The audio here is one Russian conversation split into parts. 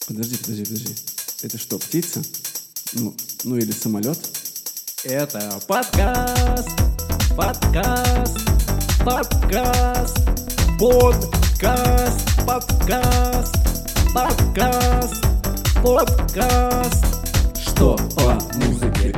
Подожди. Это что, птица? Ну или самолет? Это подкаст. Что по музыке?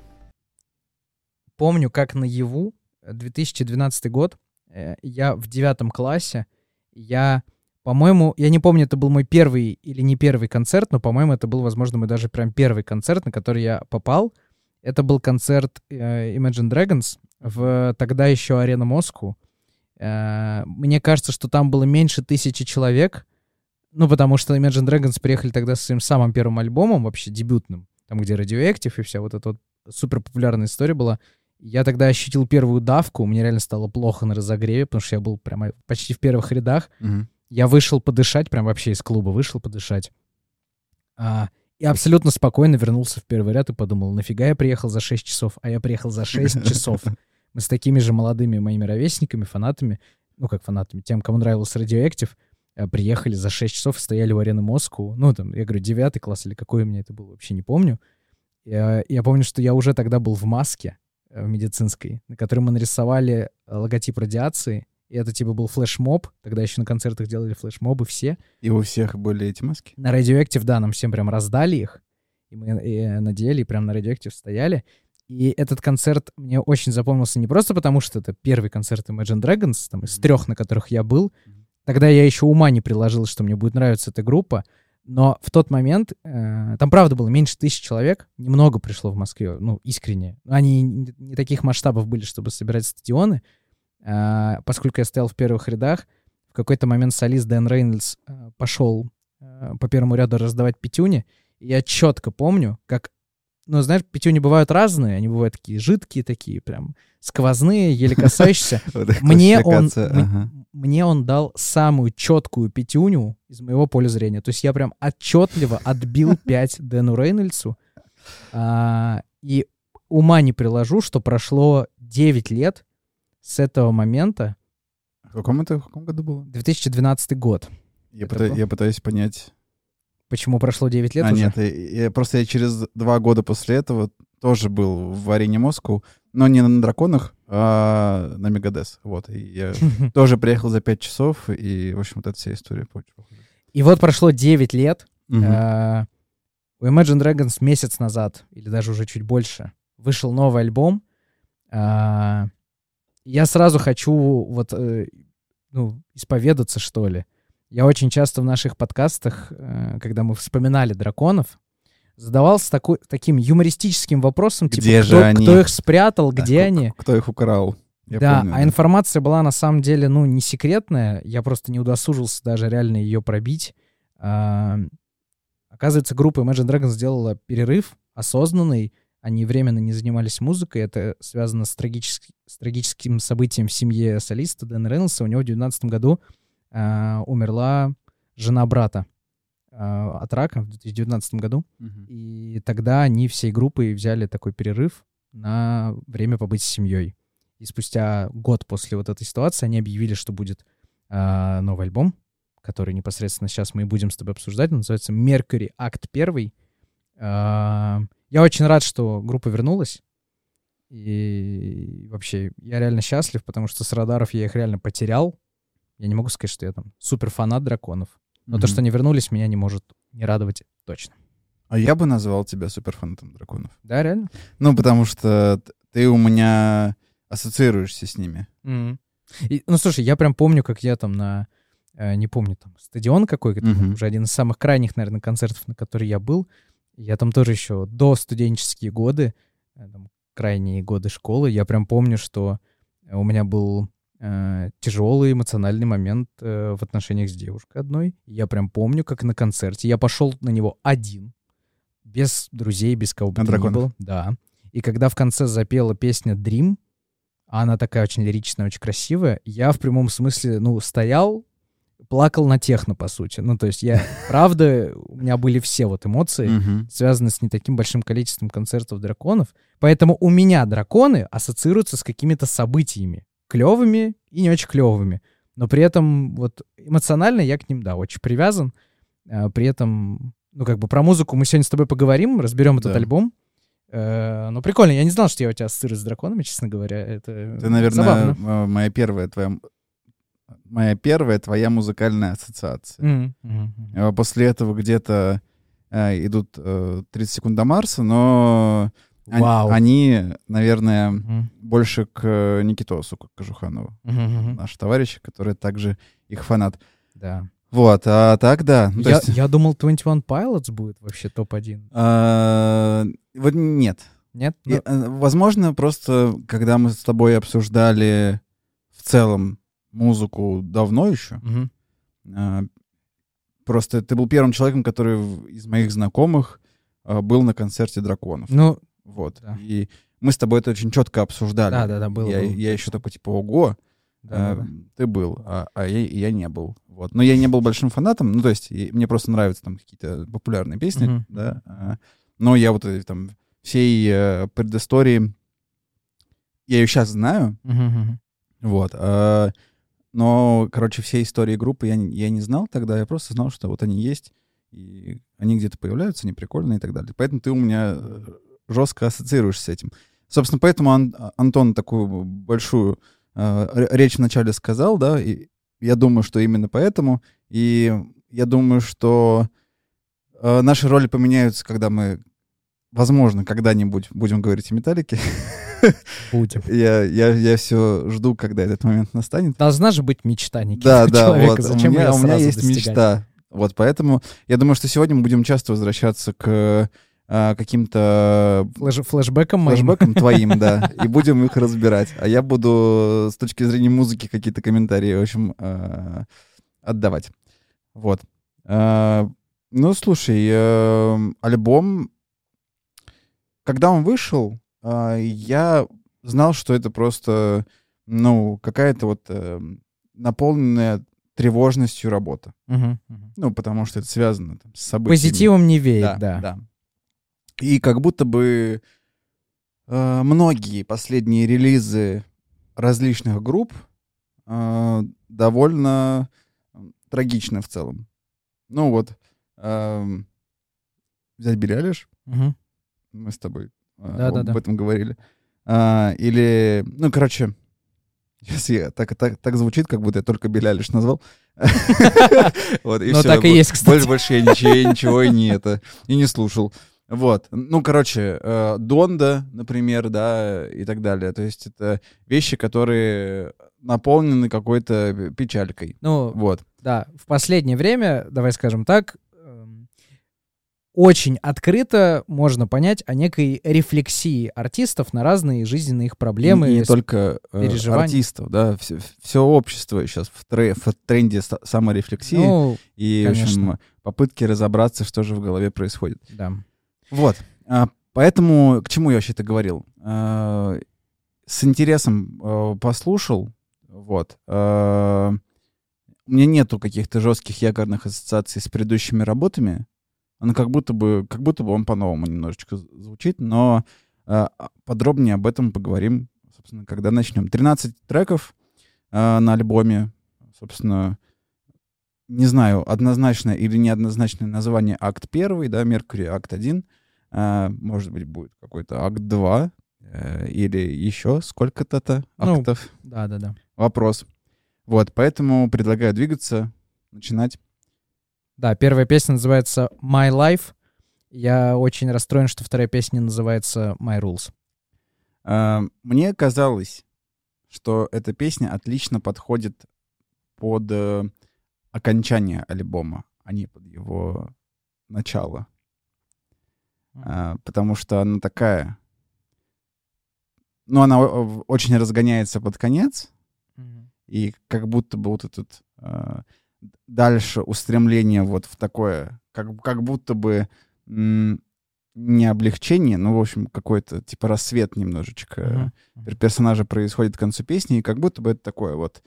Помню, как наяву, 2012 год, я в 9 классе, по-моему, я не помню, это был мой первый или не первый концерт, но, по-моему, это был, возможно, мой даже прям первый концерт, на который я попал. Это был концерт Imagine Dragons в тогда еще Арена Москву. Мне кажется, что там было меньше 1000 человек, потому что Imagine Dragons приехали тогда со своим самым первым альбомом, вообще дебютным, там, где Radioactive и вся вот эта вот супер популярная история была. Я тогда ощутил первую давку, мне реально стало плохо на разогреве, потому что я был прямо почти в первых рядах. Мгм. Я вышел подышать, прям вообще из клуба вышел подышать. И абсолютно спокойно вернулся в первый ряд и подумал, нафига я приехал за 6 часов, а я приехал за 6 часов. Мы с такими же молодыми моими ровесниками, фанатами, тем, кому нравился Radioactive, приехали за 6 часов и стояли в Арене Москву. Я говорю, 9 класс или какой у меня это был, вообще не помню. Я помню, что я уже тогда был в маске медицинской, на которой мы нарисовали логотип радиации. И это типа был флешмоб. Тогда еще на концертах делали флешмобы все. И у всех были эти маски? На Radioactive, да, нам всем прям раздали их. И мы надели, и прям на Radioactive стояли. И этот концерт мне очень запомнился не просто потому, что это первый концерт Imagine Dragons, там, из 3, на которых я был. Тогда я еще ума не приложил, что мне будет нравиться эта группа. Но в тот момент, там правда было меньше 1000 человек, немного пришло в Москве, искренне. Они не таких масштабов были, чтобы собирать стадионы. Поскольку я стоял в первых рядах, в какой-то момент солист Дэн Рейнольдс пошел по первому ряду раздавать пятюни. И я четко помню, как, пятюни бывают разные, они бывают такие жидкие, такие прям сквозные, еле касающиеся. Мне он дал самую четкую пятюню из моего поля зрения. То есть я прям отчетливо отбил 5 Дэну Рейнольдсу. И ума не приложу, что прошло 9 лет с этого момента. В каком году было? 2012 год. Я пытаюсь понять. Почему прошло 9 лет уже? Нет, я через 2 года после этого тоже был в Арене Москву, но не на Драконах, а на Мегадес. Вот, и я тоже приехал за 5 часов, и, в общем, вот эта вся история. И вот прошло 9 лет. Мгм. У Imagine Dragons месяц назад, или даже уже чуть больше, вышел новый альбом. Я сразу хочу исповедаться, что ли. Я очень часто в наших подкастах, когда мы вспоминали драконов, задавался таким юмористическим вопросом, Где типа, же они? кто их спрятал, где они. Кто их украл? Я Да, помню, а информация была на самом деле, не секретная. Я просто не удосужился даже реально ее пробить. Оказывается, группа Imagine Dragons сделала перерыв осознанный. Они временно не занимались музыкой. Это связано с трагическим событием в семье солиста Дэна Рейнольдса. У него в 2019 году умерла жена брата от рака в 2019 году. Мгм. И тогда они всей группой взяли такой перерыв на время побыть с семьей. И спустя год после вот этой ситуации они объявили, что будет новый альбом, который непосредственно сейчас мы и будем с тобой обсуждать. Он называется «Mercury Акт 1». Я очень рад, что группа вернулась. И вообще, я реально счастлив, потому что с радаров я их реально потерял. Я не могу сказать, что я там супер фанат драконов. Но то, Мгм. что они вернулись, меня не может не радовать точно. А я бы назвал тебя суперфанатом драконов. Да, реально? Потому что ты у меня ассоциируешься с ними. Слушай, я прям помню, как я там не помню, там, стадион какой-то, Мгм. уже один из самых крайних, наверное, концертов, на который я был. Я там тоже еще до студенческие годы, там, крайние годы школы, я прям помню, что у меня был тяжелый эмоциональный момент в отношениях с девушкой одной. Я прям помню, как на концерте я пошел на него один, без друзей, без кого бы то ни драконов? было. Да. И когда в конце запела песня «Dream», она такая очень лиричная, очень красивая, я в прямом смысле, стоял, плакал на техно, по сути. То есть правда, у меня были все вот эмоции, Мгм. связанные с не таким большим количеством концертов драконов. Поэтому у меня драконы ассоциируются с какими-то событиями. Клевыми и не очень клевыми. Но при этом вот эмоционально я к ним, да, очень привязан. При этом ну, как бы про музыку мы сегодня с тобой поговорим, разберем этот Да. альбом. Ну, прикольно. Я не знал, что я у тебя ассоциирую с драконами, честно говоря. Это Ты, наверное, забавно. моя первая твоя музыкальная ассоциация. После этого где-то идут 30 секунд до Марса, но Вау. они, наверное, Мгм. больше к Никитосу, к Кожуханову. Мгм. Наш товарищ, который также их фанат. Да. Вот, а так да. Ну, то есть, Я думал, 21 Pilots будет вообще топ-1. вот нет. Нет? Ну, Возможно, просто когда мы с тобой обсуждали в целом музыку давно еще, мгм. просто ты был первым человеком, который из моих знакомых был на концерте Драконов. Ну, Вот. да. И мы с тобой это очень четко обсуждали. Да, было. Я еще такой, типа, ого, Да. ты был, а я не был. Вот. Но я не был большим фанатом, ну, то есть мне просто нравятся там какие-то популярные песни, Мгм. да. Но я вот там всей предыстории, я ее сейчас знаю, Мгм. вот. Но, короче, всей истории группы я не знал тогда, я просто знал, что вот они есть, и они где-то появляются, они прикольные и так далее. Поэтому ты у меня жестко ассоциируешься с этим. Собственно, поэтому Антон такую большую речь вначале сказал, да, и я думаю, что именно поэтому. И я думаю, что наши роли поменяются, когда мы, возможно, когда-нибудь будем говорить о «Металлике». Будем. Я все жду, когда этот момент настанет. Должна же быть мечта, Никита, Да, у да, человека. вот. Зачем ее У меня сразу есть достигать? мечта. Вот поэтому я думаю, что сегодня мы будем часто возвращаться к каким-то Флэшбэком моим. флешбекам твоим, да, и будем их разбирать. А я буду с точки зрения музыки какие-то комментарии, в общем, отдавать. Вот. Ну, слушай, альбом, когда он вышел, я знал, что это просто, ну, какая-то вот наполненная тревожностью работа. Мгм. Ну, потому что это связано там, с событиями. Позитивом не веет, да. Да. И как будто бы многие последние релизы различных групп довольно трагичны в целом. Ну вот, взять Билли Айлиш, Мгм. мы с тобой Да-да-да. об этом говорили. Или, ну, короче, если так звучит, как будто я только Билли Айлиш назвал. Вот, Но так и есть, кстати. Больше я ничего и не слушал. Вот. Ну, короче, Донда, например, да, и так далее. То есть это вещи, которые наполнены какой-то печалькой. Ну, Вот. да, в последнее время, давай скажем так, очень открыто можно понять о некой рефлексии артистов на разные жизненные их проблемы. И не только переживания. артистов, да, все общество сейчас в тренде саморефлексии. Ну, И, в общем, конечно. попытки разобраться, что же в голове происходит. да. Вот. Поэтому к чему я вообще это говорил? С интересом послушал. Вот. У меня нету каких-то жестких якорных ассоциаций с предыдущими работами. Он как будто бы он по-новому немножечко звучит, но подробнее об этом поговорим, собственно, когда начнем. 13 треков на альбоме. Собственно, не знаю, однозначное или неоднозначное название «Акт 1», да, «Меркурий», «Акт 1». Может быть, будет какой-то «Акт 2» или еще сколько-то актов. Да. Вопрос. Вот, поэтому предлагаю двигаться, начинать. Да, первая песня называется «My Life». Я очень расстроен, что вторая песня называется «My Rules». Мне казалось, что эта песня отлично подходит под окончание альбома, а не под его начало. Потому что она такая... Ну, она очень разгоняется под конец, и как будто бы вот этот дальше устремление вот в такое, как будто бы не облегчение, но, в общем, какой-то типа рассвет немножечко персонажа происходит к концу песни, и как будто бы это такое вот...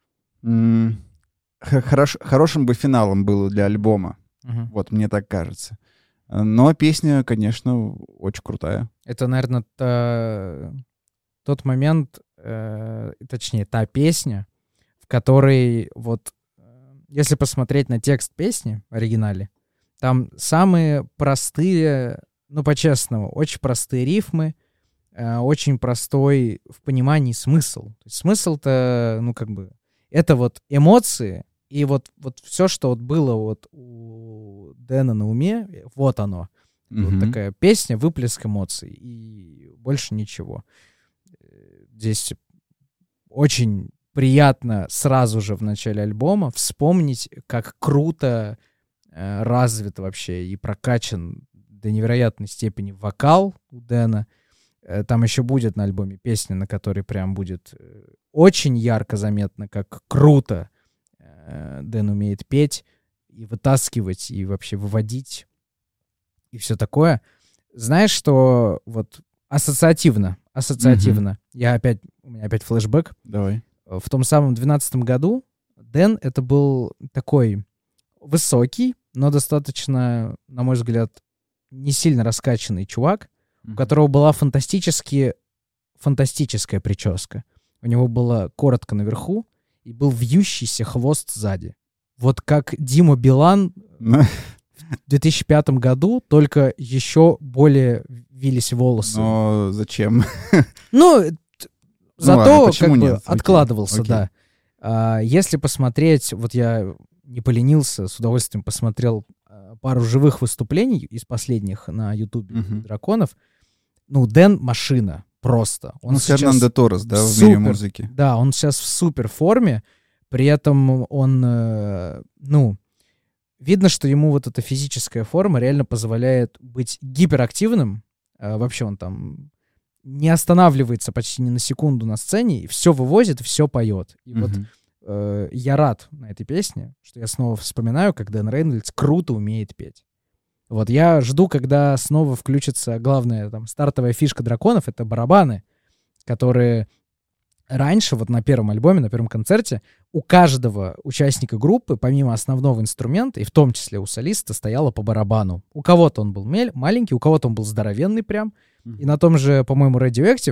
Хорошим бы финалом было для альбома. Вот, мне так кажется. Но песня, конечно, очень крутая. Это, наверное, тот момент, точнее, та песня, в которой вот, если посмотреть на текст песни в оригинале, Там самые простые, ну, по-честному, очень простые рифмы, очень простой в понимании смысл. То есть смысл-то, ну, как бы, это вот эмоции, и вот все, что вот было вот у Дэна на уме, вот оно. Вот такая песня, выплеск эмоций, и больше ничего. Здесь очень приятно сразу же в начале альбома вспомнить, как круто развит вообще и прокачан до невероятной степени вокал у Дэна. Там еще будет на альбоме песня, на которой прям будет очень ярко заметно, как круто Дэн умеет петь и вытаскивать, и вообще выводить, и все такое. Знаешь, что вот ассоциативно, у меня опять флешбэк. Давай. В том самом 2012 году Дэн — это был такой высокий, но достаточно, на мой взгляд, не сильно раскачанный чувак, у которого была фантастическая прическа. У него было коротко наверху и был вьющийся хвост сзади. Вот как Дима Билан в 2005 году, только еще более вились волосы. Но зачем? Ну, зато ладно, как бы нет? откладывался, Окей. да. Если посмотреть, вот я не поленился, с удовольствием посмотрел пару живых выступлений из последних на Ютубе драконов. Ну, Дэн — машина просто. Он сейчас Фернандо Торрес, да, в супер, мире музыки. Да, он сейчас в супер форме, при этом он, видно, что ему вот эта физическая форма реально позволяет быть гиперактивным. Вообще он там не останавливается почти ни на секунду на сцене, и все вывозит, все поет. И вот я рад на этой песне, что я снова вспоминаю, как Дэн Рейнольдс круто умеет петь. Вот я жду, когда снова включится главная там стартовая фишка драконов — это барабаны, которые раньше, вот на первом альбоме, на первом концерте, у каждого участника группы, помимо основного инструмента, и в том числе у солиста, стояло по барабану. У кого-то он был маленький, у кого-то он был здоровенный прям. И на том же, по-моему, Radioactive,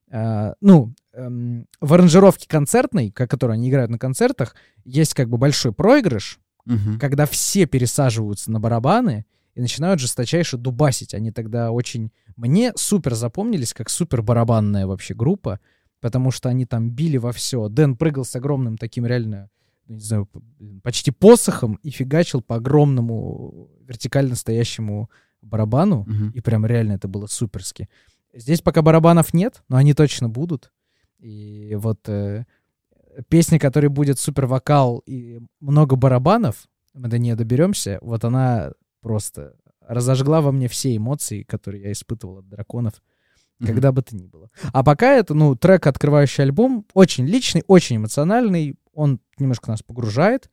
в аранжировке концертной, которую они играют на концертах, есть как бы большой проигрыш, когда все пересаживаются на барабаны и начинают жесточайше дубасить. Они тогда очень... Мне супер запомнились как супер барабанная вообще группа, потому что они там били во все. Дэн прыгал с огромным таким реально, не знаю, почти посохом и фигачил по огромному вертикально стоящему барабану, и прям реально это было суперски. Здесь пока барабанов нет, но они точно будут. И вот песня, которой будет супер вокал и много барабанов, мы до нее доберемся, вот она просто разожгла во мне все эмоции, которые я испытывал от драконов, когда бы то ни было. А пока это, трек, открывающий альбом, очень личный, очень эмоциональный, он немножко нас погружает,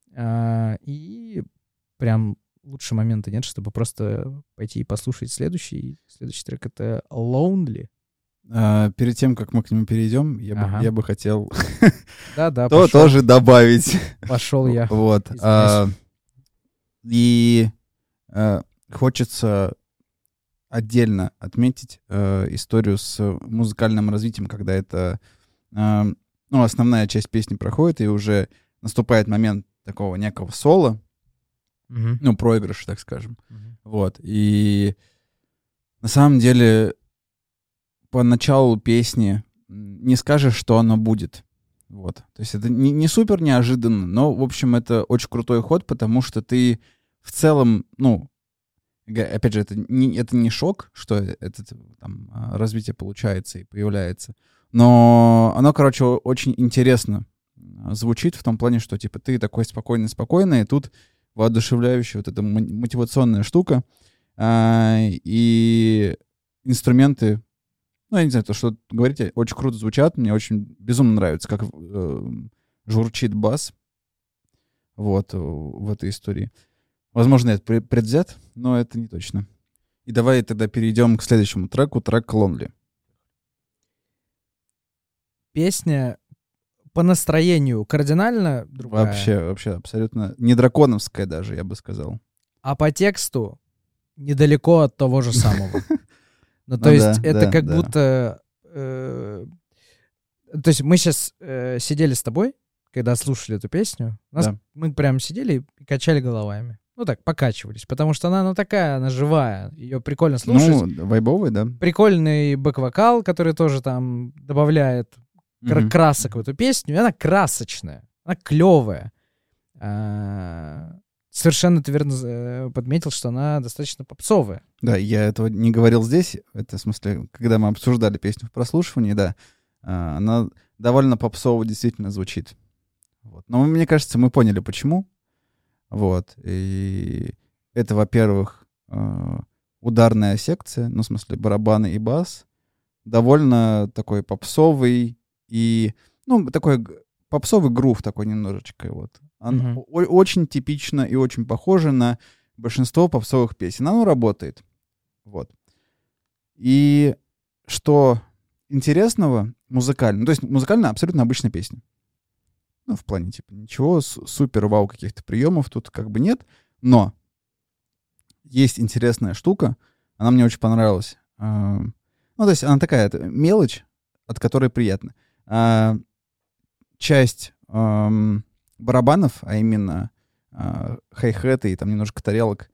и прям лучше момента нет, чтобы просто пойти и послушать следующий. Следующий трек — это «Lonely». Перед тем, как мы к нему перейдем, я бы хотел тоже добавить. Пошел я. Вот. И хочется отдельно отметить историю с музыкальным развитием, когда это основная часть песни проходит, и уже наступает момент такого некого соло, проигрыш, так скажем. Вот. И на самом деле по началу песни не скажешь, что оно будет. Вот. То есть это не супер неожиданно, но, в общем, это очень крутой ход, потому что ты в целом, опять же, это не шок, что это там развитие получается и появляется, но оно, короче, очень интересно звучит в том плане, что, типа, ты такой спокойный, и тут воодушевляющая вот эта мотивационная штука, и инструменты, я не знаю, то, что говорите, очень круто звучат, мне очень безумно нравится, как журчит бас вот в этой истории. Возможно, это предвзят, но это не точно. И давай тогда перейдем к следующему треку, трек «Lonely». Песня по настроению кардинально другая. Вообще абсолютно не драконовская даже, я бы сказал. А по тексту недалеко от того же самого. То есть это как будто... То есть мы сейчас сидели с тобой, когда слушали эту песню. Мы прям сидели и качали головами. ну так, покачивались, потому что она, ну, такая, она живая, ее прикольно слушать. Ну, вайбовый, да. Прикольный бэк-вокал, который тоже там добавляет красок в эту песню, и она красочная, она клевая. Совершенно ты верно подметил, что она достаточно попсовая. Да, я этого не говорил здесь, это в смысле, когда мы обсуждали песню в прослушивании, да, она довольно попсово действительно звучит. Вот. Но мне кажется, мы поняли, почему. Вот. И это, во-первых, ударная секция, ну, в смысле, барабаны и бас, довольно такой попсовый и, ну, такой попсовый грув такой немножечко, вот. Он очень типично и очень похоже на большинство попсовых песен. Оно работает. Вот. И что интересного музыкально, ну, то есть музыкально абсолютно обычная песня. Ну, в плане, типа, ничего супер-вау каких-то приемов тут как бы нет, но есть интересная штука, она мне очень понравилась. Ну, то есть она такая мелочь, от которой приятно. Часть барабанов, а именно хай-хэты и там немножко тарелок,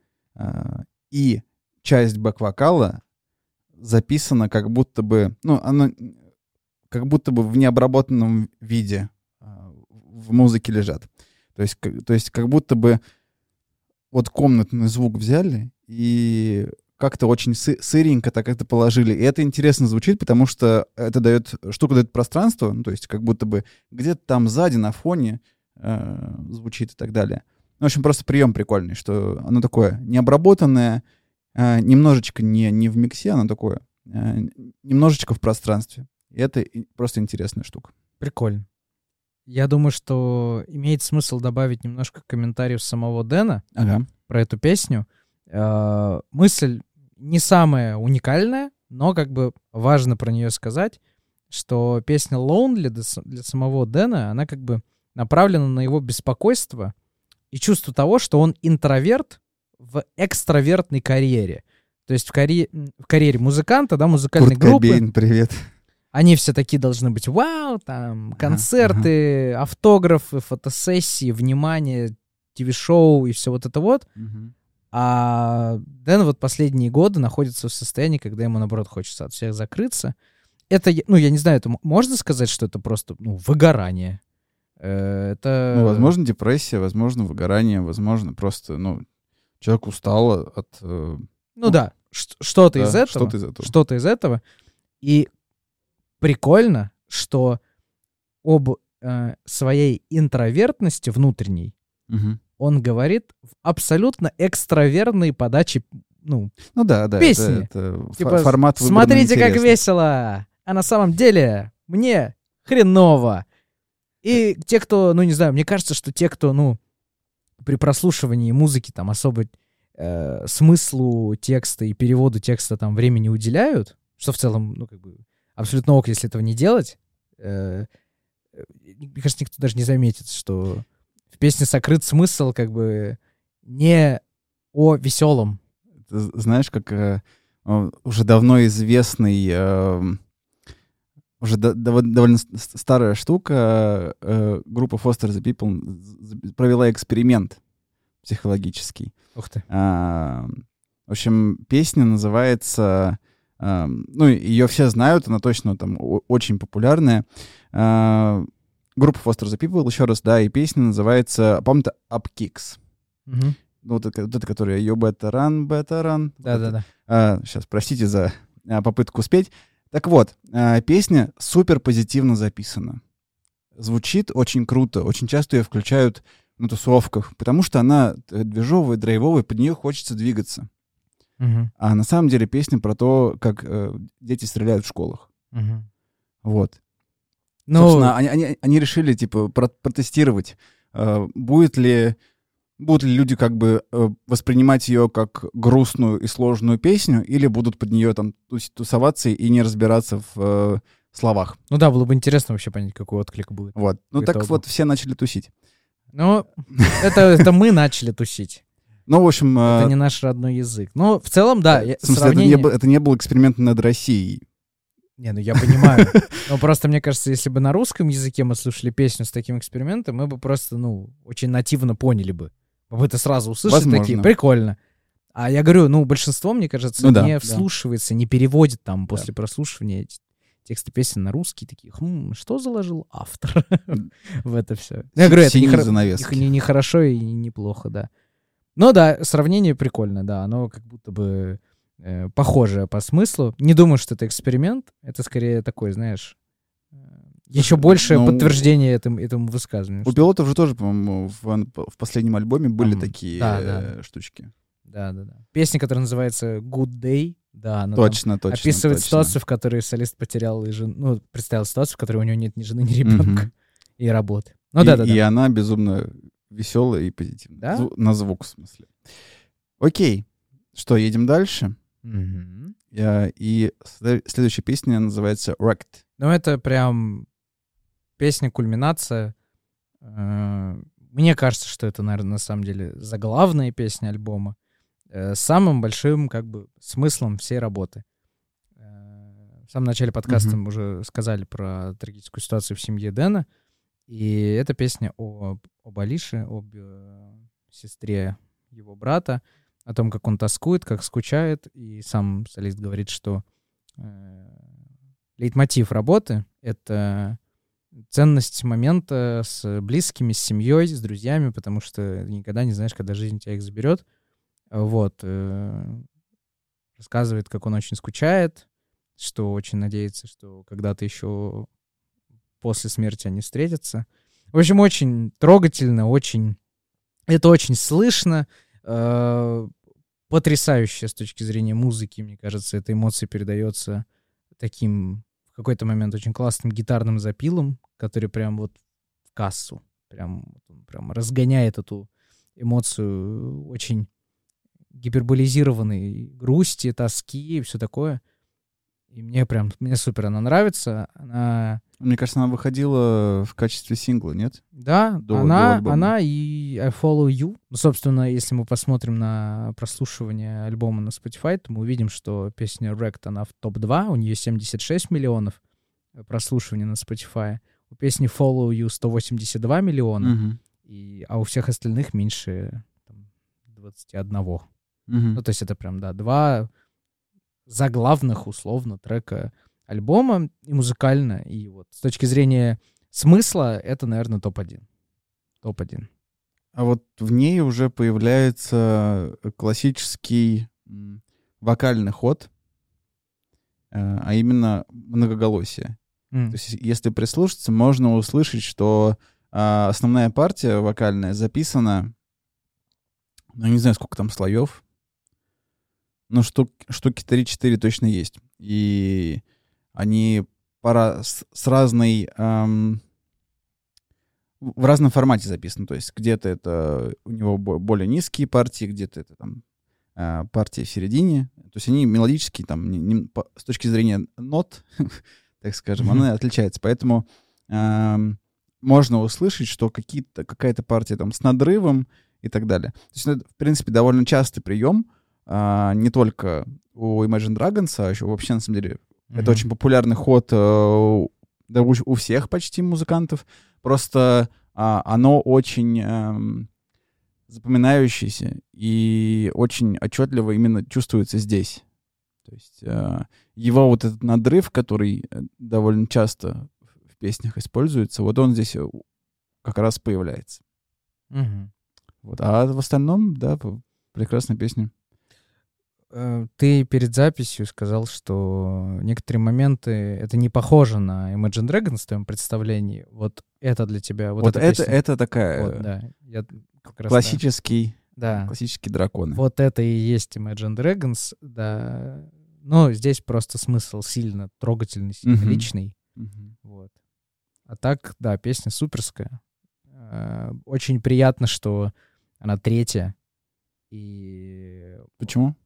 и часть бэк-вокала записана как будто бы, ну, она как будто бы в необработанном виде в музыке лежат. То есть как будто бы вот комнатный звук взяли и как-то очень сыренько так это положили. И это интересно звучит, потому что это штука дает пространство, ну, то есть как будто бы где-то там сзади на фоне звучит и так далее. В общем, просто прием прикольный, что оно такое необработанное, немножечко не в миксе, оно такое немножечко в пространстве. И это просто интересная штука. Прикольно. Я думаю, что имеет смысл добавить немножко комментариев самого Дэна про эту песню. Мысль не самая уникальная, но как бы важно про нее сказать, что песня Lonely для самого Дэна, она как бы направлена на его беспокойство и чувство того, что он интроверт в экстравертной карьере. То есть в карьере музыканта, да, музыкальной группы. Курт Кобейн, привет. Они все такие должны быть, вау, там, концерты, автографы, фотосессии, внимание, ТВ-шоу и все вот это вот. А Дэн вот последние годы находится в состоянии, когда ему, наоборот, хочется от всех закрыться. Это, ну, я не знаю, это можно сказать, что это просто, ну, выгорание? Это... Ну, возможно, депрессия, возможно, выгорание, возможно, просто, ну, человек устал от... Ну да, что-то из этого. Что-то из этого. И прикольно, что об своей интровертности внутренней он говорит в абсолютно экстравертной подаче, ну да, песни. Это типа, формат смотрите, интересный. как весело, а на самом деле мне хреново. И те, кто, ну не знаю, мне кажется, что те, кто, ну, при прослушивании музыки там особо смыслу текста и переводу текста там времени уделяют, что в целом, ну, как бы абсолютно ок, если этого не делать. Мне кажется, никто даже не заметит, что в песне сокрыт смысл как бы не о веселом. Ты знаешь, как уже давно известный, уже довольно старая штука, группа Foster the People провела эксперимент психологический. Ух ты. В общем, песня называется... ну, ее все знают, она точно там очень популярная. Группа Foster the People, еще раз, да, и песня называется, по-моему, Up Kicks. Вот это, которая You better run. Да-да-да. Сейчас, простите за попытку спеть. Так вот, песня супер позитивно записана. Звучит очень круто. Очень часто ее включают на тусовках, потому что она движовая, драйвовая, под нее хочется двигаться. А на самом деле песня про то, как дети стреляют в школах. Вот. Собственно, они решили, типа, протестировать, будут ли люди как бы воспринимать ее как грустную и сложную песню, или будут под нее там тусоваться и не разбираться в словах. Ну да, было бы интересно вообще понять, какой отклик будет. Вот. Ну так вот все начали тусить. Ну, это мы начали тусить. Ну, в общем... Это не наш родной язык. Ну, в целом, да. В смысле, это не был эксперимент над Россией. Не, ну я понимаю. Но просто, мне кажется, если бы на русском языке мы слушали песню с таким экспериментом, мы бы просто, ну, очень нативно поняли бы. Вы-то сразу услышите Возможно. такие, прикольно. А я говорю, большинство, мне кажется, Ну да, не да. вслушивается, не переводит там после прослушивания эти тексты песен на русский, такие, что заложил автор в это все. Я говорю, это Синие занавески. не хорошо и не плохо, да. Но да, сравнение прикольное, да, оно как будто бы похожее по смыслу. Не думаю, что это эксперимент, это скорее такой, знаешь, еще большее подтверждение этому высказыванию. У пилотов же тоже, по-моему, в последнем альбоме были Там, такие да. штучки. Да. Песня, которая называется Good Day, да, она Точно. описывает ситуацию, в которой солист потерял представил ситуацию, в которой у него нет ни жены, ни ребенка и работы. И она безумно веселая и позитивная. Да? На звук, в смысле. Окей. Что, едем дальше? Мгм. И следующая песня называется Wrecked. Это прям песня-кульминация. Мне кажется, что это, наверное, на самом деле заглавная песня альбома с самым большим, как бы, смыслом всей работы. В самом начале подкаста мы уже сказали про трагическую ситуацию в семье Дэна. И это песня об Алише, об сестре его брата, о том, как он тоскует, как скучает. И сам солист говорит, что лейтмотив работы — это ценность момента с близкими, с семьей, с друзьями, потому что никогда не знаешь, когда жизнь тебя их заберет. Рассказывает, как он очень скучает, что очень надеется, что когда-то еще после смерти они встретятся. В общем, очень трогательно, это очень слышно, потрясающе с точки зрения музыки, мне кажется, эта эмоция передается таким в какой-то момент очень классным гитарным запилом, который прям вот в кассу, прям разгоняет эту эмоцию очень гиперболизированной грусти, тоски и все такое. И мне супер она нравится. Мне кажется, она выходила в качестве сингла, нет? Да, До альбома. она и I Follow You. Собственно, если мы посмотрим на прослушивание альбома на Spotify, то мы увидим, что песня Wrecked, она в топ-2, у нее 76 миллионов прослушиваний на Spotify. У песни Follow You 182 миллиона, а у всех остальных меньше 21. То есть это прям, два заглавных, условно, трека альбома и музыкально. И вот с точки зрения смысла это, наверное, топ-1. Топ-1. А вот в ней уже появляется классический вокальный ход, а именно многоголосие. То есть если прислушаться, можно услышать, что основная партия вокальная записана, не знаю, сколько там слоев, но штуки 3-4 точно есть. И они с разной... в разном формате записаны. То есть где-то это у него более низкие партии, где-то это там партии в середине. То есть они мелодические, там, с точки зрения нот, так скажем, она отличается. Поэтому можно услышать, что какая-то партия там с надрывом и так далее. То есть это, в принципе, довольно частый прием, не только у Imagine Dragons, а еще вообще, на самом деле, это очень популярный ход у всех почти музыкантов. Просто оно очень запоминающееся и очень отчетливо именно чувствуется здесь. То есть его вот этот надрыв, который довольно часто в песнях используется, вот он здесь как раз появляется. Вот. А в остальном, да, прекрасная песня. Ты перед записью сказал, что некоторые моменты это не похоже на Imagine Dragons в твоем представлении. Вот это для тебя... Вот это такая... Вот, да. Я как раз, классические драконы. Вот это и есть Imagine Dragons, да. Но здесь просто смысл сильно трогательный, сильно личный. Вот. А так, да, песня суперская. Очень приятно, что она третья. И... Почему?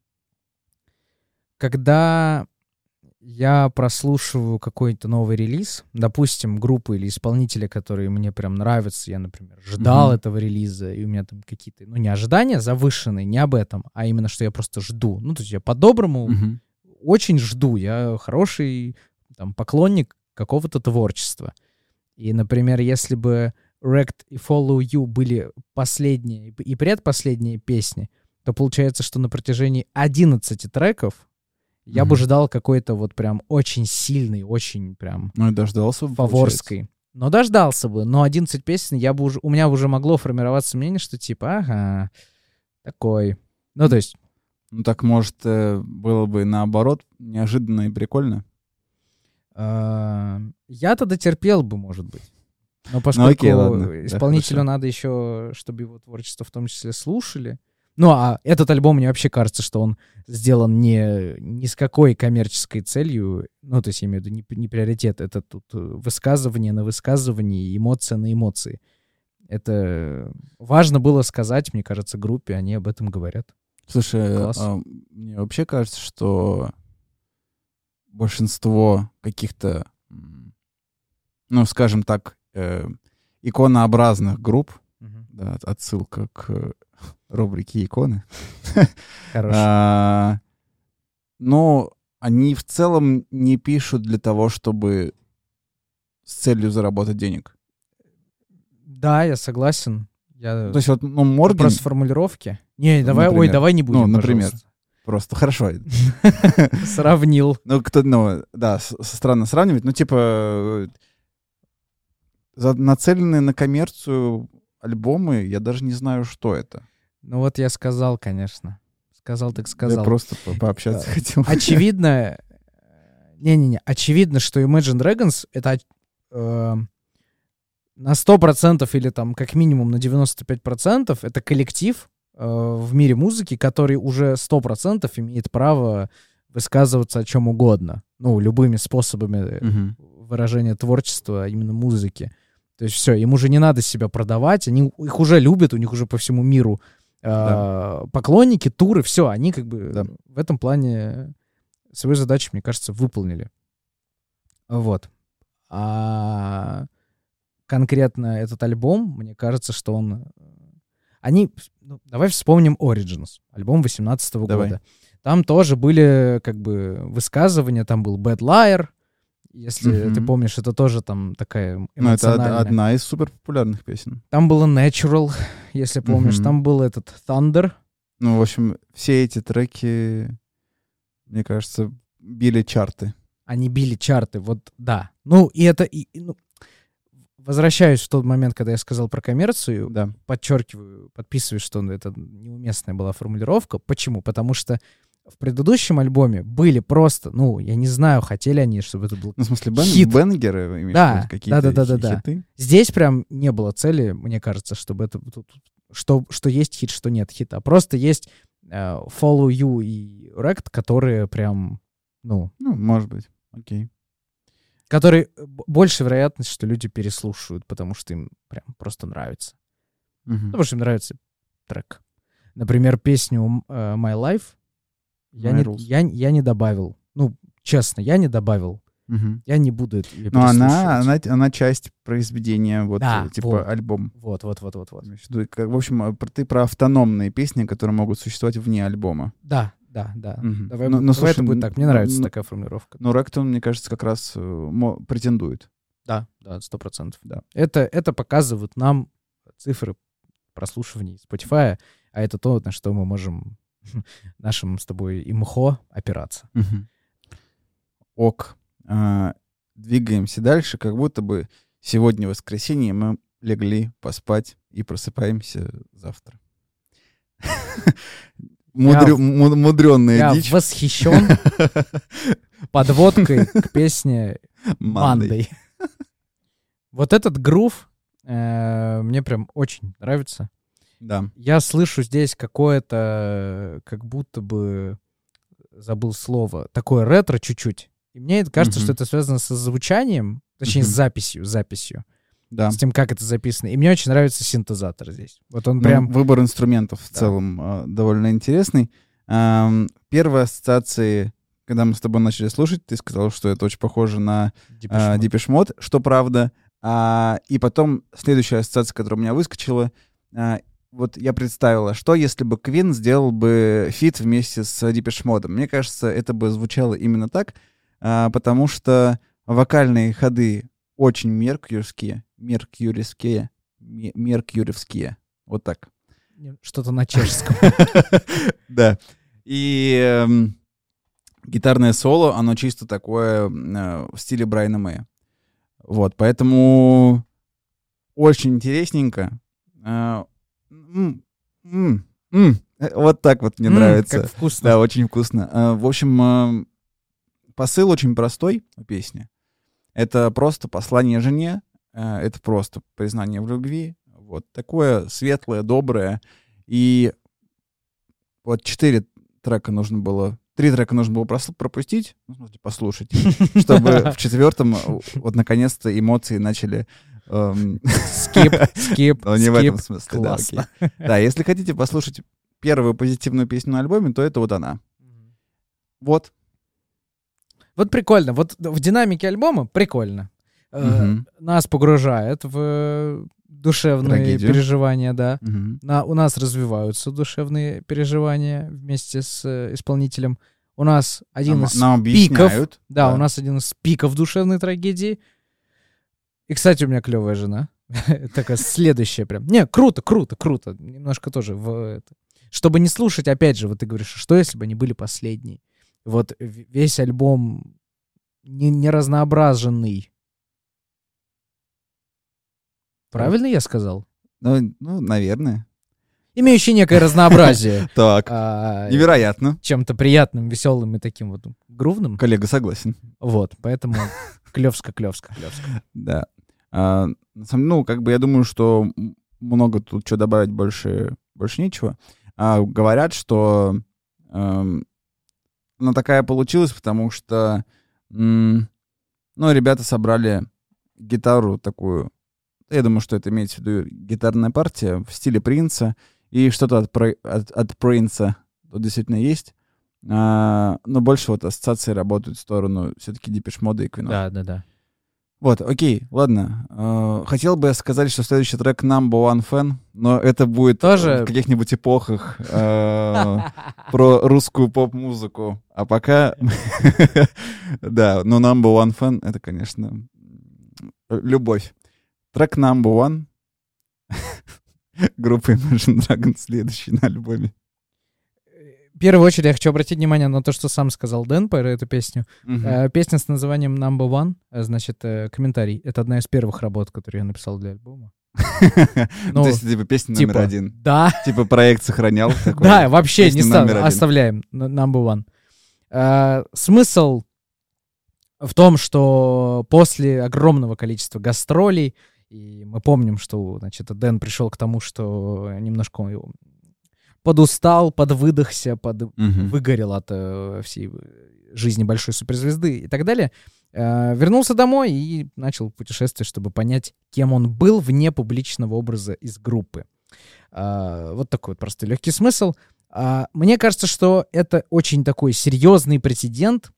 Когда я прослушиваю какой-то новый релиз, допустим, группы или исполнителя, которые мне прям нравятся, я, например, ждал этого релиза, и у меня там какие-то, не ожидания завышенные, не об этом, а именно, что я просто жду. То есть я по-доброму очень жду, я хороший там поклонник какого-то творчества. И, например, если бы Wrecked и Follow You были последние и предпоследние песни, то получается, что на протяжении 11 треков я бы ждал какой-то вот прям очень сильный, очень прям Ну и дождался бы, фаворской. Но дождался бы. Но 11 песен у меня уже могло формироваться мнение, что типа, ага, такой. Ну, то есть... Ну так, может, было бы наоборот, неожиданно и прикольно? Я-то дотерпел бы, может быть. Но поскольку окей, ладно. исполнителю Да, надо еще, чтобы его творчество в том числе слушали. Ну, а этот альбом, мне вообще кажется, что он сделан ни с какой коммерческой целью. Ну, то есть, я имею в виду, не приоритет. Это тут высказывание на высказывание, эмоция на эмоции. Это важно было сказать, мне кажется, группе, они об этом говорят. Слушай, мне вообще кажется, что большинство каких-то, ну, скажем так, иконообразных групп, да, отсылка к рубрике «Иконы», но они в целом не пишут для того, чтобы с целью заработать денег. Да, я согласен. То есть вот, ну, Морген... Вопрос формулировки. Не, давай, например. давай не будем, Ну, например. пожалуйста. Просто хорошо. Сравнил. Ну, да, странно сравнивать, но типа нацеленные на коммерцию альбомы, я даже не знаю, что это. Ну вот я сказал, конечно. Сказал так сказал. Я просто пообщаться хотел. Очевидно... Не-не-не. Очевидно, что Imagine Dragons — это на 100% или там как минимум на 95% это коллектив в мире музыки, который уже 100% имеет право высказываться о чем угодно. Ну, любыми способами выражения творчества, именно музыки. То есть все, им уже не надо себя продавать, их уже любят, у них уже по всему миру поклонники, туры, все, они как бы в этом плане свою задачу, мне кажется, выполнили. Вот. А конкретно этот альбом, мне кажется, что он... давай вспомним Origins, альбом 18-го года. Там тоже были как бы высказывания, там был Bad Liar, если ты помнишь, это тоже там такая эмоциональная. Ну, это одна из суперпопулярных песен. Там было Natural, если помнишь, там был этот Thunder. Ну, в общем, все эти треки, мне кажется, били чарты. Они били чарты, вот да. Ну, и это... Возвращаюсь в тот момент, когда я сказал про коммерцию, подчеркиваю, подписываю, что это неуместная была формулировка. Почему? Потому что в предыдущем альбоме были просто, я не знаю, хотели они, чтобы это был в смысле, хит. бенгеры, да, какие-то хиты? Здесь прям не было цели, мне кажется, чтобы это... Что есть хит, что нет хита. Просто есть Follow You и Wrecked, которые прям, Ну, может быть, окей. Которые больше вероятность, что люди переслушают, потому что им прям просто нравится. Потому что им нравится трек. Например, песню My Life я не добавил. Ну, честно, я не добавил. Я не буду это ее переслушивать. Но она часть произведения, вот, альбом. Вот. В общем, ты про автономные песни, которые могут существовать вне альбома. Да. Давай это будет так. Мне нравится такая формулировка. Но Wrecked, мне кажется, как раз претендует. Да, 100%. Да. Это показывают нам цифры прослушиваний Spotify, а это то, на что мы можем нашим с тобой имхо опираться. Ок. Двигаемся дальше, как будто бы сегодня воскресенье, мы легли поспать и просыпаемся завтра. Мудрёная дичь. Я восхищен подводкой к песне Monday. Вот этот грув мне прям очень нравится. Да. Я слышу здесь какое-то, как будто бы, забыл слово, такое ретро чуть-чуть. И мне кажется, что это связано со звучанием, точнее, с записью. Да. С тем, как это записано. И мне очень нравится синтезатор здесь. Вот он прям... Выбор инструментов в целом довольно интересный. Первые ассоциации, когда мы с тобой начали слушать, ты сказал, что это очень похоже на Depeche Mode, что правда. И потом следующая ассоциация, которая у меня выскочила, вот я представила, что если бы Queen сделал бы фит вместе с Depeche Mode. Мне кажется, это бы звучало именно так, потому что вокальные ходы очень меркьюрские, меркьюревские. Вот так. Что-то на чешском. Да. И гитарное соло, оно чисто такое в стиле Брайана Мэя. Вот, поэтому очень интересненько. Вот так вот мне нравится. Как вкусно. Да, очень вкусно. В общем, посыл очень простой у песни. Это просто послание жене, это просто признание в любви. Вот такое светлое, доброе. И вот 3 трека нужно было пропустить, в смысле, послушать, чтобы в 4-м вот наконец-то эмоции начали... Скип. Но не в этом смысле, да, Классно. окей. Да, если хотите послушать первую позитивную песню на альбоме, то это вот она. Вот. Вот прикольно. Вот в динамике альбома прикольно. Нас погружает в душевные Трагедию. переживания, да. Мгм. У нас развиваются душевные переживания вместе с исполнителем. У нас один из Нам пиков. объясняют. Да, у нас один из пиков душевной трагедии. И, кстати, у меня клевая жена. Такая следующая прям. Не, круто. Немножко тоже. Чтобы не слушать, опять же, вот ты говоришь, что если бы они были последние? Вот весь альбом не разнообразенный. Правильно я сказал? Ну, наверное. Имеющий некое разнообразие. Так, невероятно. Чем-то приятным, веселым и таким вот грувным. Коллега согласен. Вот, поэтому клевско. Да. Ну, как бы я думаю, что много тут что добавить больше нечего. Говорят, что она такая получилась, потому что ребята собрали гитару такую. Я думаю, что это имеется в виду гитарная партия в стиле Принца. И что-то от Принца тут действительно есть. Но больше вот ассоциации работают в сторону все-таки Depeche Mode и Queen. Да. Вот, окей, ладно. Хотел бы я сказать, что следующий трек Number One Fan, но это будет Тоже... в каких-нибудь эпохах про русскую поп-музыку. А пока... Да, но Number One Fan — это, конечно, любовь. Трек Number One группы Imagine Dragons, следующий на альбоме. В первую очередь я хочу обратить внимание на то, что сам сказал Дэн про эту песню. Песня с названием Number One, значит, комментарий. Это одна из первых работ, которые я написал для альбома. То есть, типа, песня номер 1. Да. Типа, проект сохранял. Да, вообще не оставляем Number One. Смысл в том, что после огромного количества гастролей, и мы помним, что, значит, Дэн пришел к тому, что немножко подустал, подвыдохся, выгорел от всей жизни большой суперзвезды и так далее, вернулся домой и начал путешествие, чтобы понять, кем он был вне публичного образа из группы. Вот такой вот простой легкий смысл. Мне кажется, что это очень такой серьезный претендент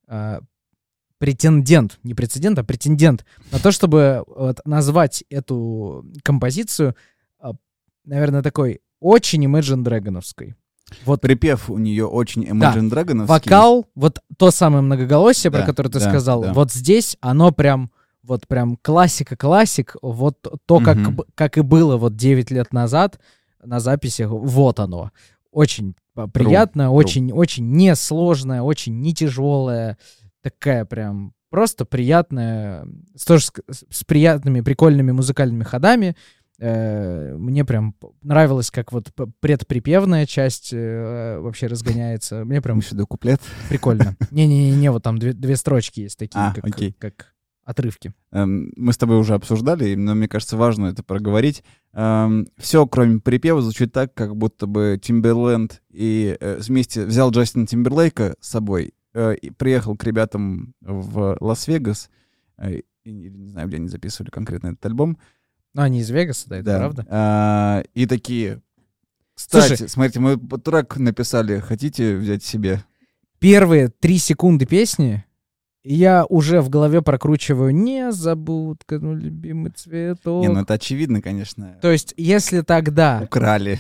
на то, чтобы вот назвать эту композицию, наверное, такой очень Imagine Dragonovской. Вот припев у нее очень Imagine Dragonovский. Вокал, вот то самое многоголосие, про которое ты сказал, вот здесь оно прям классика-классик, вот то, как и было вот 9 лет назад на записях, вот оно. Очень приятно, очень несложное, очень не тяжелое. Такая прям просто приятная, тоже с приятными, прикольными музыкальными ходами. Мне прям нравилось, как вот предприпевная часть вообще разгоняется. Мне прям куплет. Прикольно. Не, вот там две строчки есть такие, как отрывки. Мы с тобой уже обсуждали, но мне кажется, важно это проговорить. Все, кроме припева, звучит так, как будто бы Тимберленд и вместе взял Джастина Тимберлейка с собой, и приехал к ребятам в Лас-Вегас, не знаю, где они записывали конкретно этот альбом. Ну, они из Вегаса, да, это правда. И такие, кстати, смотрите, мы трек написали, хотите взять себе? Первые 3 секунды песни я уже в голове прокручиваю «Незабудка, любимый цветок». Не, ну это очевидно, конечно. То есть, если тогда... Украли.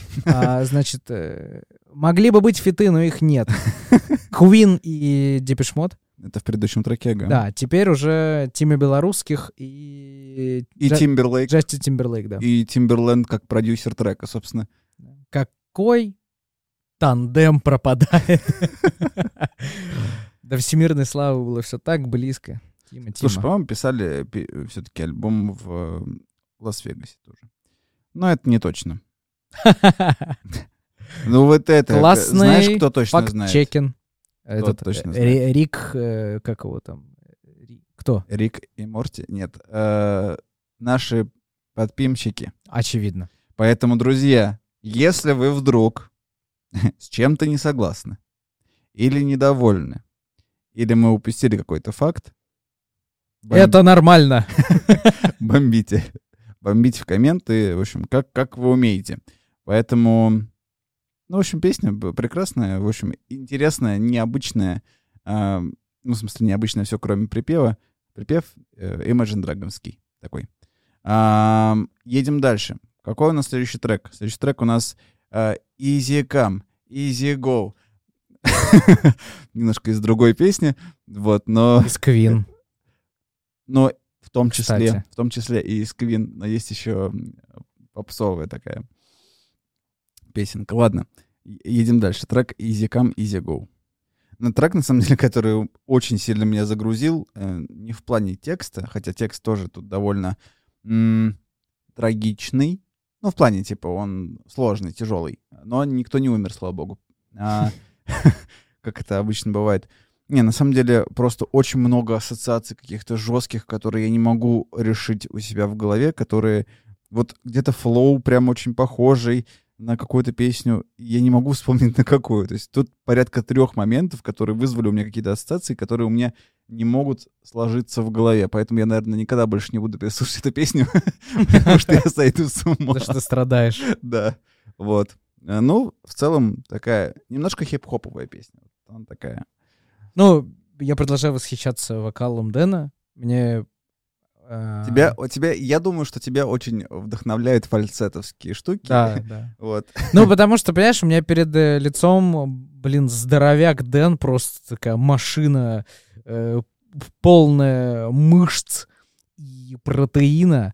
Значит, могли бы быть фиты, но их нет. Queen и Depeche Mode Это в предыдущем треке, ага. Да, теперь уже Тима Белорусских и Timberlake. Джастин Тимберлейк, да. И Timberland как продюсер трека, собственно. Какой тандем пропадает. До всемирной славы было все так близко. Тима. Слушай, по-моему, писали все-таки альбом в Лас-Вегасе тоже. Но это не точно. Ну вот это, классный знаешь, кто точно знает? факт-чекин. Кто точно знает? Рик, как его там? Кто? Рик и Морти? Нет. Наши подпимщики. Очевидно. Поэтому, друзья, если вы вдруг с чем-то не согласны или недовольны, или мы упустили какой-то факт, Это нормально. бомбите. Бомбите в комменты, в общем, как вы умеете. Поэтому, ну, в общем, песня прекрасная, в общем, интересная, необычная. Ну, в смысле, необычное все, кроме припева. Припев Imagine Dragons'ский такой. Едем дальше. Какой у нас следующий трек? Следующий трек у нас Easy Come, Easy Go. Немножко из другой песни, вот, но... Из Queen. Но в том числе Кстати. и из Queen, но есть еще попсовая такая песенка. Ладно, едем дальше. Трек Easy Come, Easy Go. Трек, на самом деле, который очень сильно меня загрузил, не в плане текста, хотя текст тоже тут довольно трагичный. Ну, в плане, типа, он сложный, тяжелый. Но никто не умер, слава богу. Как это обычно бывает. Не, на самом деле, просто очень много ассоциаций каких-то жестких, которые я не могу решить у себя в голове, которые вот где-то флоу прям очень похожий на какую-то песню. Я не могу вспомнить на какую. То есть тут порядка 3 моментов, которые вызвали у меня какие-то ассоциации, которые у меня не могут сложиться в голове. Поэтому я, наверное, никогда больше не буду переслушать эту песню, потому что я сойду с ума. Потому что ты страдаешь. Да, вот. Ну, в целом, такая немножко хип-хоповая песня. Она такая. Ну, я продолжаю восхищаться вокалом Дэна. Мне... Я думаю, что тебя очень вдохновляют фальцетовские штуки. Да. Вот. Ну, потому что, понимаешь, у меня перед лицом, здоровяк Дэн, просто такая машина, полная мышц и протеина.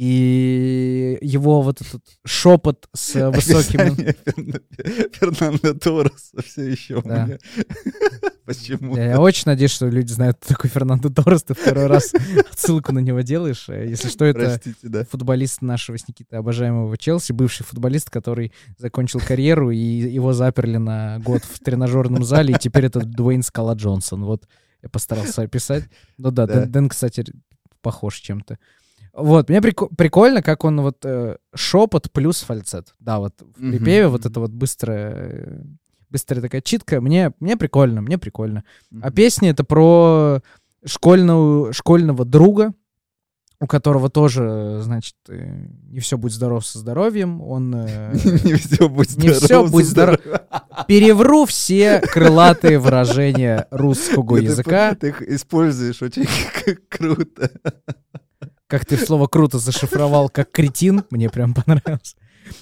И его вот этот шепот с высоким... Фернандо Торреса все еще. Да. Почему? Я очень надеюсь, что люди знают, кто такой Фернандо Торрес. Ты второй раз отсылку на него делаешь. Если что, это Простите, да. футболист нашего с Никитой обожаемого Челси, бывший футболист, который закончил карьеру, и его заперли на год в тренажерном зале, и теперь это Дуэйн Скала Джонсон. Вот я постарался описать. Ну да, Дэн, кстати, похож чем-то. Вот, мне прикольно, как он вот шепот плюс фальцет. Да, вот в припеве вот это вот быстрая такая читка. Мне прикольно. А песня это про школьного друга, у которого тоже, значит, не все будет здоров со здоровьем. Он... Не все будет здоров. Перевру все крылатые выражения русского языка. Ты их используешь очень круто. Как ты слово «круто» зашифровал как кретин, мне прям понравилось.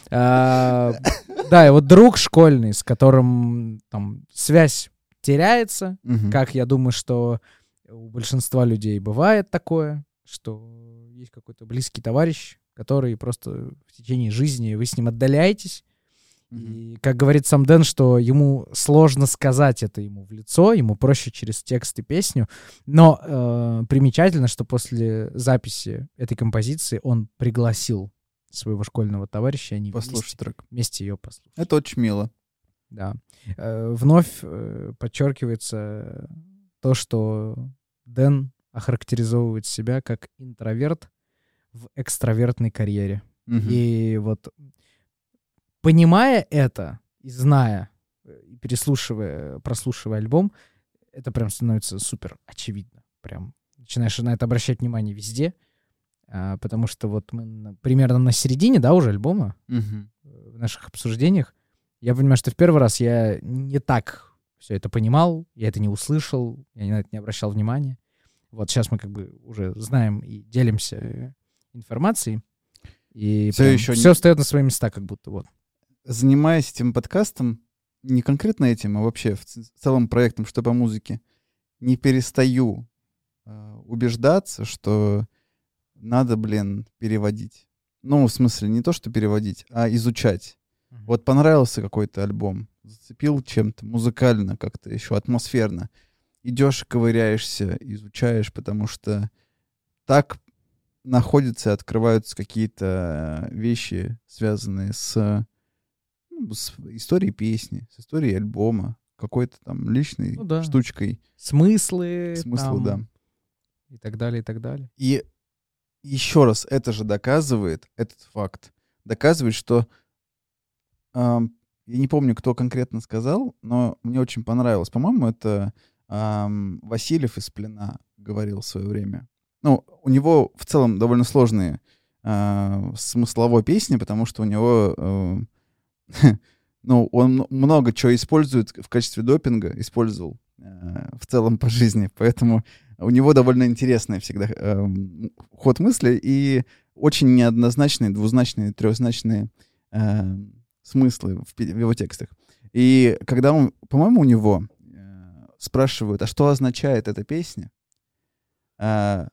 Да, и вот друг школьный, с которым там связь теряется, как я думаю, что у большинства людей бывает такое, что есть какой-то близкий товарищ, который просто в течение жизни, вы с ним отдаляетесь, и, как говорит сам Дэн, что ему сложно сказать это ему в лицо, ему проще через текст и песню. Но примечательно, что после записи этой композиции он пригласил своего школьного товарища, они вместе ее послушали. Это очень мило. Да. Вновь подчеркивается то, что Дэн охарактеризовывает себя как интроверт в экстравертной карьере. И вот... Понимая это и зная, и прослушивая альбом, это прям становится супер очевидно. Прям начинаешь на это обращать внимание везде, потому что вот мы примерно на середине, да, уже альбома, в наших обсуждениях. Я понимаю, что в первый раз я не так все это понимал, я это не услышал, я на это не обращал внимания. Вот сейчас мы как бы уже знаем и делимся информацией, и все встает на свои места как будто вот. Занимаясь этим подкастом, не конкретно этим, а вообще в целом проектом «Что по музыке», не перестаю убеждаться, что надо, переводить. Ну, в смысле, не то, что переводить, а изучать. Вот понравился какой-то альбом, зацепил чем-то музыкально, как-то еще атмосферно. Идешь, ковыряешься, изучаешь, потому что так находятся и открываются какие-то вещи, связанные с историей песни, с историей альбома, какой-то там личной штучкой. Смыслы Смыслы, да. И так далее, и так далее. И еще раз, это же доказывает, этот факт, доказывает, что я не помню, кто конкретно сказал, но мне очень понравилось. По-моему, это Васильев из «Плена» говорил в свое время. Ну, у него в целом довольно сложные смысловой песни, потому что у него, он много чего использует в качестве допинга, использовал в целом по жизни, поэтому у него довольно интересный всегда ход мысли и очень неоднозначные, двузначные, трехзначные смыслы в его текстах. И когда по-моему, у него спрашивают, а что означает эта песня, то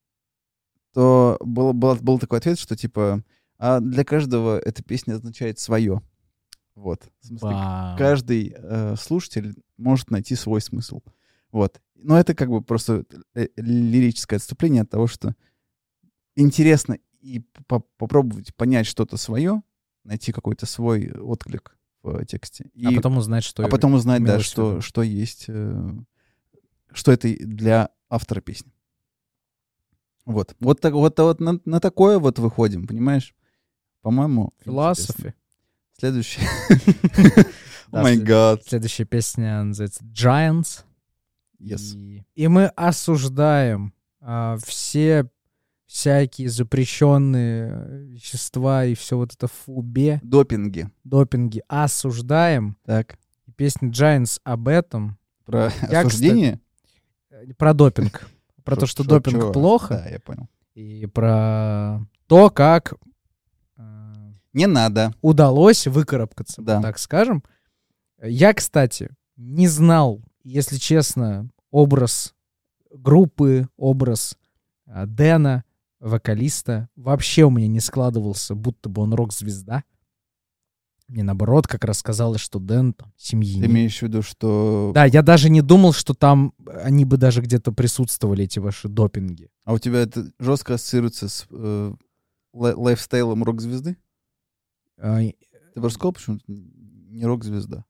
был такой ответ, что типа, а для каждого эта песня означает свое. Вот. В смысле, каждый слушатель может найти свой смысл. Вот. Но это как бы просто лирическое отступление от того, что интересно и попробовать понять что-то свое, найти какой-то свой отклик в тексте. А потом узнать, что... А потом узнать, да, что есть, что это для автора песни. Вот. Вот на такое вот выходим, понимаешь? По-моему... Философия. Следующий. О май гад. Следующая песня называется Giants. Yes. И мы осуждаем все всякие запрещенные вещества и все вот это фубе. Допинги. Осуждаем. Так. И песня Giants об этом. Про осуждение? Про допинг. Про то, что допинг плохо. Да, я понял. И про то, как... Не надо. Удалось выкарабкаться, да. так скажем. Я, кстати, не знал, если честно, образ группы, образ Дэна, вокалиста. Вообще у меня не складывался, будто бы он рок-звезда. Мне наоборот как раз казалось, что Дэн там семьянин. Ты имеешь в виду, что... Да, я даже не думал, что там они бы даже где-то присутствовали, эти ваши допинги. А у тебя это жестко ассоциируется с лайфстайлом рок-звезды? Ты просто сказал, почему-то не рок-звезда.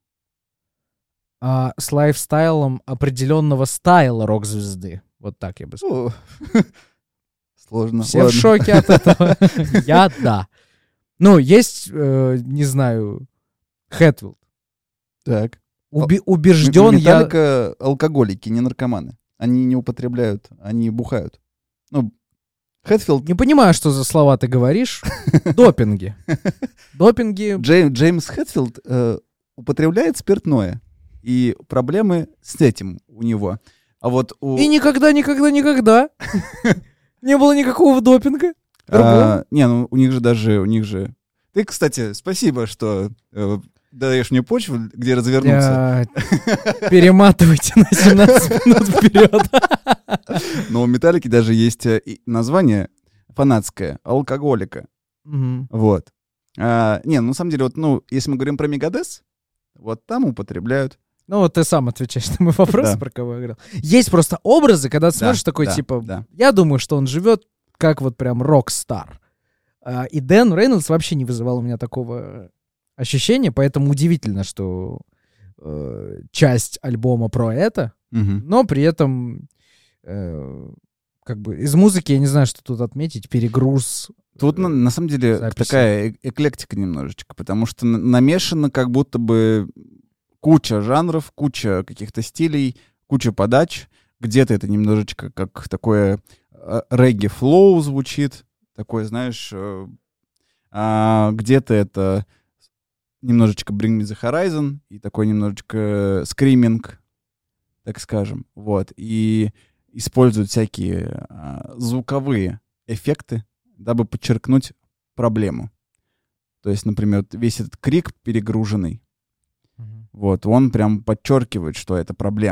С лайфстайлом определенного стайла рок-звезды. Вот так я бы сказал. Сложно. Все в шоке от этого. Я да. Ну, есть, не знаю, Хэтфилд. Так. Убежден я... Металлика алкоголики, не наркоманы. Они не употребляют, они бухают. Ну, Хэтфилд... Не понимаю, что за слова ты говоришь. Допинги. Джеймс Хэтфилд употребляет спиртное. И проблемы с этим у него. А вот И никогда не было никакого допинга. Не, ну у них же... Ты, кстати, спасибо, что даешь мне почву, где развернуться. Перематывайте на 17 минут вперед. Но у Металлики даже есть название фанатское — алкоголика. Вот. Не, на самом деле, вот, если мы говорим про Мегадес, вот там употребляют. Ну, вот ты сам отвечаешь на мой вопрос, про кого я говорил. Есть просто образы, когда ты смотришь такой, я думаю, что он живет как вот прям рок-стар. И Дэн Рейнольдс вообще не вызывал у меня такого ощущения, поэтому удивительно, что часть альбома про это, но при этом как бы из музыки я не знаю, что тут отметить, перегруз. Тут на самом деле такая эклектика немножечко, потому что намешано как будто бы куча жанров, куча каких-то стилей, куча подач. Где-то это немножечко как такое регги-флоу звучит, такое, знаешь, где-то это немножечко Bring Me The Horizon и такой немножечко скриминг, так скажем, вот. И используют всякие звуковые эффекты, дабы подчеркнуть проблему. То есть, например, весь этот крик перегруженный, вот, он прям подчеркивает, что это проблема.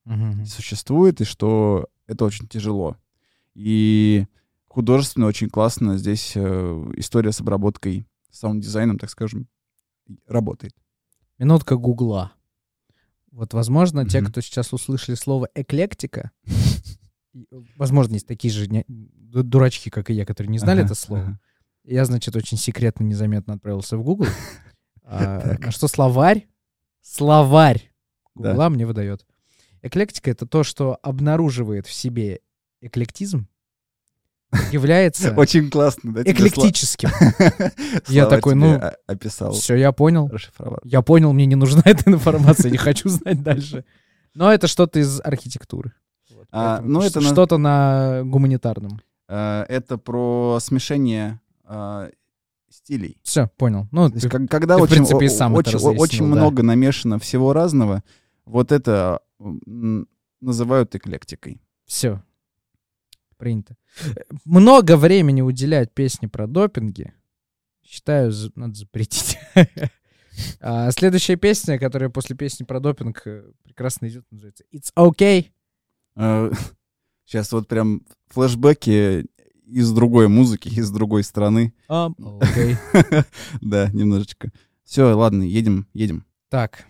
существует, и что это очень тяжело. И художественно очень классно здесь история с обработкой, саунд-дизайном, так скажем, работает. Минутка гугла. Вот, возможно, те, кто сейчас услышали слово «эклектика», возможно, есть такие же дурачки, как и я, которые не знали это слово. Я, значит, очень секретно, незаметно отправился в Google. На что словарь Гугла мне выдает. Эклектика — это то, что обнаруживает в себе эклектизм, является очень классно, да, эклектическим. Я такой, описал. Все, я понял. Я понял, мне не нужна эта информация, не хочу знать дальше. Но это что-то из архитектуры. Это что-то на гуманитарном. Это про смешение стилей. Все, понял. Когда очень много намешано всего разного, вот это называют эклектикой. Все. Принято. Много времени уделять песне про допинги. Считаю, надо запретить. Следующая песня, которая после песни про допинг прекрасно идет, называется «It's okay». Сейчас вот прям флешбеки из другой музыки, из другой страны. Okay. Да, немножечко. Все, ладно, едем. Так.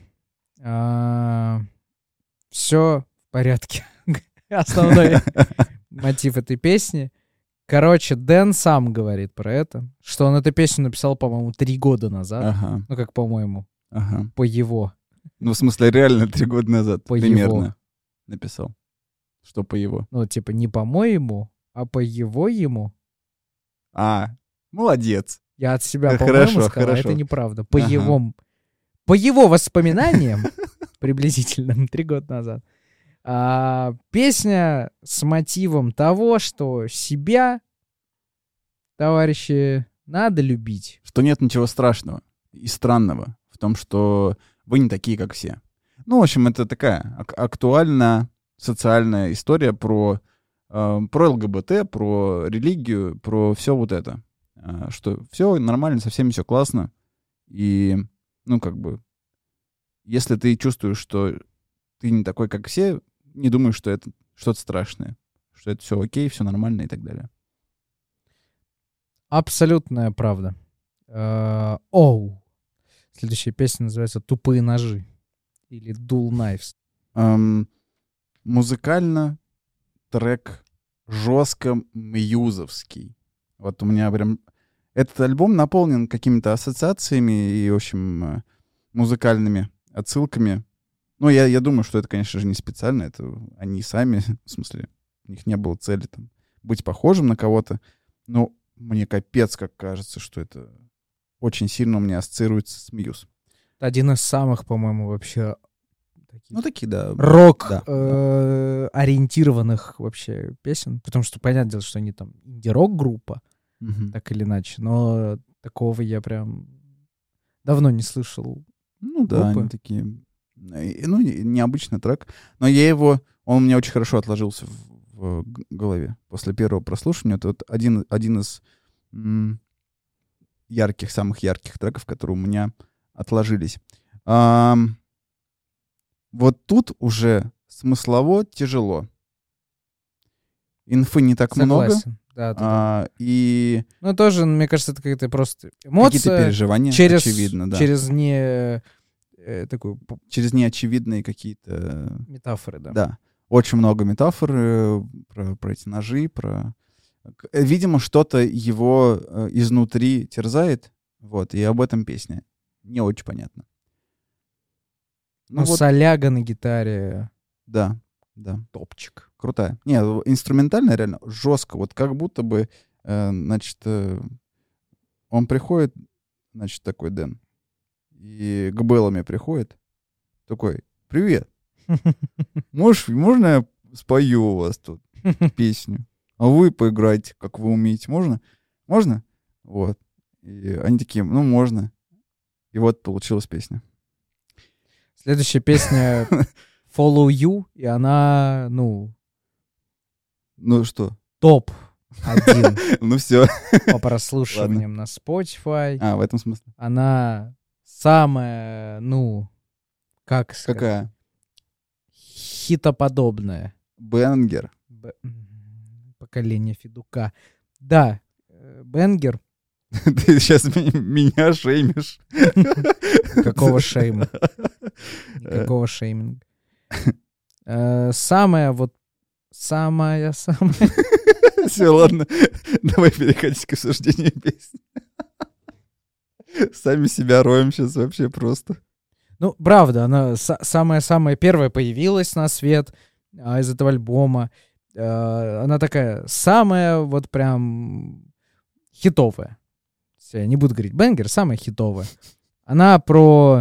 Все в порядке. Основной мотив этой песни. Короче, Дэн сам говорит про это, что он эту песню написал, по-моему, 3 года назад. Ну, как по-моему. По его. Ну, в смысле, реально 3 года назад. По примерно его. Написал. Что по его? Ну, типа, не по-моему, а по его ему. Молодец. Я от себя, по-моему, сказал, а это неправда. По его воспоминаниям, приблизительно 3 года назад, песня с мотивом того, что себя, товарищи, надо любить. Что нет ничего страшного и странного в том, что вы не такие, как все. Ну, в общем, это такая актуальная социальная история про ЛГБТ, про религию, про все вот это. Что все нормально, со всеми все классно. И, если ты чувствуешь, что ты не такой, как все, не думай, что это что-то страшное. Что это все окей, все нормально и так далее. Абсолютная правда. Следующая песня называется «Тупые ножи» или «Dull Knives». Музыкально трек жестко мьюзовский. Вот у меня прям... Этот альбом наполнен какими-то ассоциациями и, в общем, музыкальными отсылками. Ну, я думаю, что это, конечно же, не специально. Это они сами, в смысле, у них не было цели там быть похожим на кого-то. Но мне капец как кажется, что это очень сильно у меня ассоциируется с Мьюз. Один из самых, по-моему, вообще... такие, да. Рок-ориентированных вообще песен. Потому что, понятное дело, что они там инди-рок-группа, так или иначе. Но такого я прям давно не слышал. Ну да, они такие... Ну, необычный трек. Но он у меня очень хорошо отложился в голове. После первого прослушивания это вот один из самых ярких треков, которые у меня отложились. Вот тут уже смыслово тяжело. Инфы не так много. Да. И... Ну, тоже, мне кажется, это какая-то просто эмоция. Какие-то переживания, очевидно, да. Через неочевидные какие-то... метафоры, да. Да. Очень много метафор про эти ножи, Видимо, что-то его изнутри терзает, вот, и об этом песня. Не очень понятно. Соляга на гитаре. Да. Топчик. Крутая. Не, инструментально реально жестко. Вот как будто бы, он приходит, такой Дэн, и к Белламе приходит, такой: привет. Можно я спою у вас тут песню? А вы поиграйте, как вы умеете. Можно? Можно? Вот. И они такие: можно. И вот получилась песня. Следующая песня Follow You, и она, что? Топ-1. Ну все. По прослушиваниям на Spotify. В этом смысле. Она самая, как сказать? Какая? хитоподобное. Бенгер. Поколение Федука. Да, бенгер. Ты сейчас меня шеймишь. Какого шейма? Никакого шейминга. Самая. Все, ладно. Давай переходить к обсуждению песни. Сами себя роем сейчас вообще просто. Ну, правда, она самая-самая первая появилась на свет из этого альбома. Она такая самая вот прям хитовая. Я не буду говорить бенгер, самая хитовая. Она про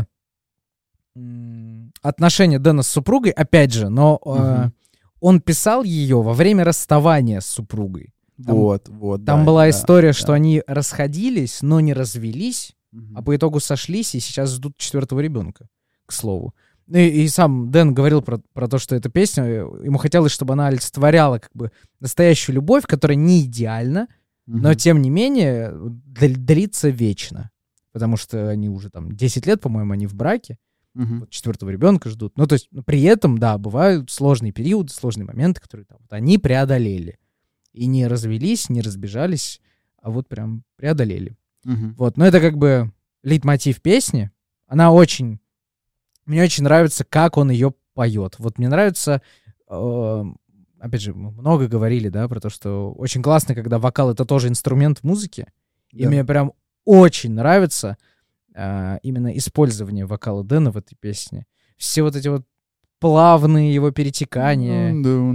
отношения Дэна с супругой, опять же, но он писал ее во время расставания с супругой. Там, там была история, что они расходились, но не развелись, а по итогу сошлись и сейчас ждут 4-го ребенка, к слову. И сам Дэн говорил про то, что эта песня, ему хотелось, чтобы она олицетворяла как бы настоящую любовь, которая не идеальна, но тем не менее длится вечно. Потому что они уже там 10 лет, по-моему, они в браке, вот 4-го ребенка ждут. Ну, то есть при этом, да, бывают сложные периоды, сложные моменты, которые там вот, они преодолели. И не развелись, не разбежались, а вот прям преодолели. Вот, но это как бы лейтмотив песни. Она очень... Мне очень нравится, как он ее поет. Вот мне нравится... опять же, мы много говорили, да, про то, что очень классно, когда вокал — это тоже инструмент в музыке. Да. И мне прям очень нравится именно использование вокала Дэна в этой песне. Все вот эти вот плавные его перетекания.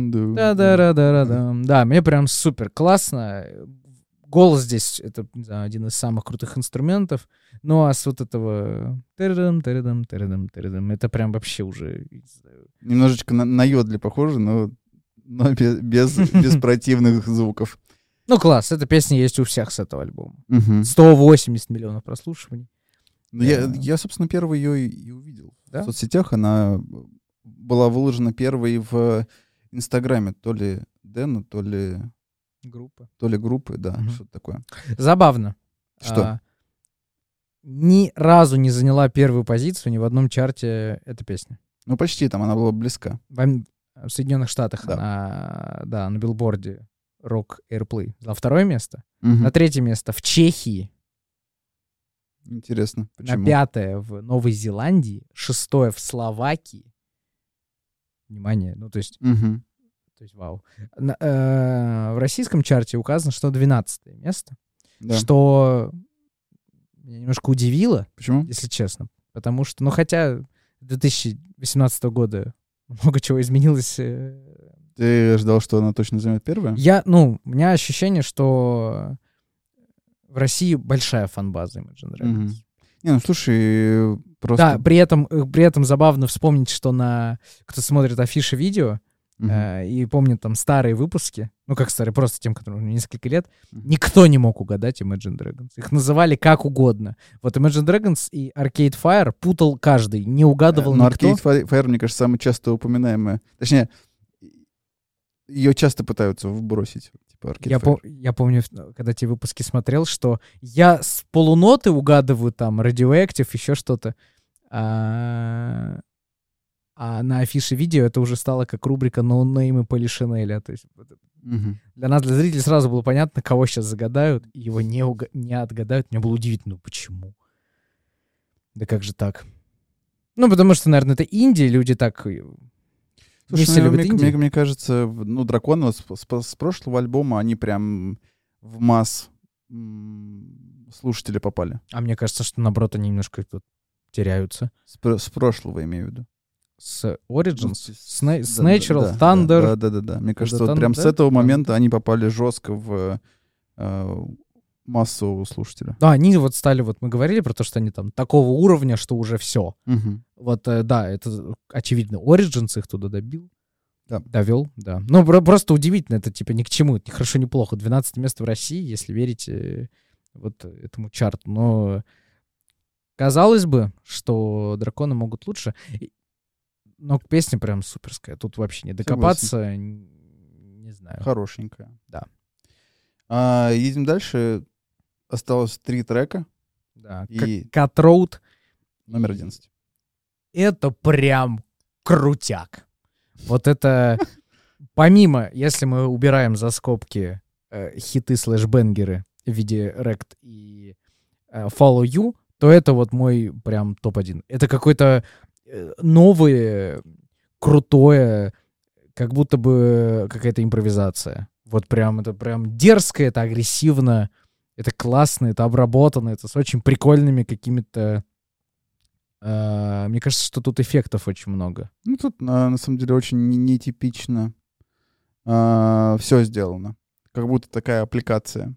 Да, мне прям супер классно. Голос здесь — это, не знаю, один из самых крутых инструментов. Ну, а с вот этого... Это прям вообще уже... Немножечко на йодли похоже, но без противных звуков. Ну, класс. Эта песня есть у всех с этого альбома. 180 миллионов прослушиваний. Ну, я, собственно, первый ее и увидел. Да? В соцсетях она была выложена первой в Инстаграме. То ли Дэна, то ли... группы, да, что-то такое. Забавно. Что? Ни разу не заняла первую позицию ни в одном чарте эта песня. Ну, почти, там она была близка. В Соединенных Штатах она, да, на билборде Rock Airplay на 2-е место, на 3-е место в Чехии. Интересно, почему? На 5-е в Новой Зеландии, 6-е в Словакии. Внимание, ну, то есть... То есть, вау. В российском чарте указано, что 12-е место. Да. Что меня немножко удивило. Почему? Если честно. Потому что, ну, хотя 2018 года много чего изменилось. Ты ждал, что она точно займет первое? У меня ощущение, что в России большая фан-база Imagine Dragons. Не, ну, слушай, просто... Да, при этом забавно вспомнить, что кто смотрит афиши видео, и помню там старые выпуски, ну как старые, просто тем, которым несколько лет, никто не мог угадать Imagine Dragons. Их называли как угодно. Вот Imagine Dragons и Arcade Fire путал каждый, не угадывал никто. Но Arcade Fire, мне кажется, самая часто упоминаемая. Точнее, ее часто пытаются вбросить. Типа я помню, когда те выпуски смотрел, что я с полуноты угадываю там Radioactive, еще что-то. А на афише видео это уже стало как рубрика «Ноунеймы Полишинеля». То есть для нас, для зрителей, сразу было понятно, кого сейчас загадают, и его не отгадают. Мне было удивительно, почему? Да как же так? Ну, потому что, наверное, это Индия, люди так... Слушай, мне кажется, ну, Драконы с прошлого альбома, они прям в масс слушатели попали. А мне кажется, что, наоборот, они немножко тут теряются. С прошлого, имею в виду. С Origins, с Natural, Thunder. Да. Мне кажется, вот прям с этого момента они попали жестко в массу слушателя. Да, они вот стали, вот мы говорили про то, что они там такого уровня, что уже все. Вот, да, это очевидно. Origins их туда довел, да. Ну, просто удивительно, это типа ни к чему, это ни хорошо, ни плохо. 12 мест в России, если верить вот этому чарту. Но казалось бы, что Драконы могут лучше. Но песня прям суперская. Тут вообще не докопаться. Не знаю. Хорошенькая. Да. Едем дальше. Осталось 3 трека. Да. Cut Road. Номер 11. Это прям крутяк. Вот это помимо, если мы убираем за скобки хиты слэш-бенгеры в виде Rect и Follow You, то это вот мой прям топ-1. Это какое-то новое, крутое, как будто бы какая-то импровизация. Вот прям, это прям дерзко, это агрессивно, это классно, это обработано, это с очень прикольными какими-то... мне кажется, что тут эффектов очень много. Ну, тут, на самом деле, очень нетипично все сделано. Как будто такая аппликация.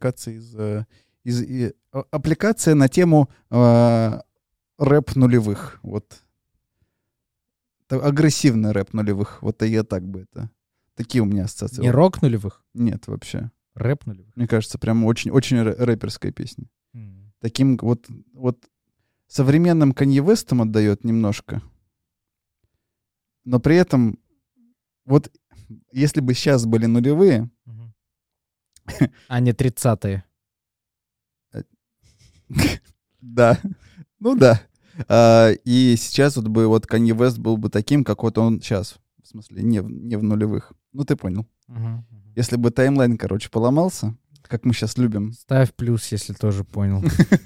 Аппликация на тему рэп нулевых. Вот. Агрессивный рэп нулевых. Вот я так бы это... Такие у меня ассоциации. Не рок нулевых? Нет, вообще. Рэп нулевых? Мне кажется, прям очень, очень рэперская песня. Таким вот современным Канье Вестом отдает немножко. Но при этом вот если бы сейчас были нулевые... А не 30-е. Да. Ну да. И сейчас вот бы вот Канье Вест был бы таким, как вот он сейчас. В смысле, не в нулевых. Ну ты понял. Если бы таймлайн, короче, поломался, как мы сейчас любим. Ставь плюс, если тоже понял.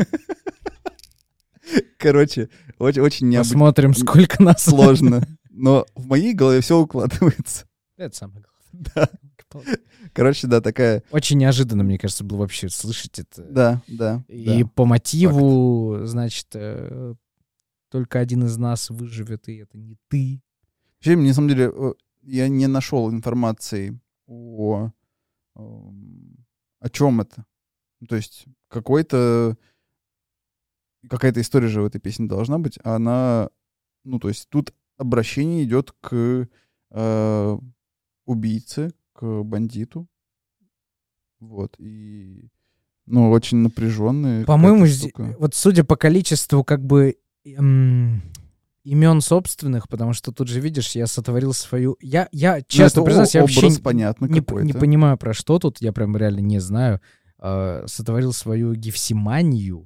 Короче, очень необычно. Посмотрим, сколько нас... Сложно. Но в моей голове все укладывается. Это самое главное. Да. Короче, да, такая... Очень неожиданно, мне кажется, было вообще слышать это. Да. И по мотиву, значит, только один из нас выживет, и это не ты. Вообще, на самом деле, я не нашел информации о чем это. То есть какая-то история же в этой песне должна быть. Она, ну, то есть тут обращение идет к убийце, к бандиту. Вот. И, ну, очень напряженная. По-моему, вот судя по количеству как бы имен собственных, потому что тут же, видишь, я сотворил свою... Я честно признаюсь, я вообще не понимаю, про что тут, я прям реально не знаю. Сотворил свою гефсиманию,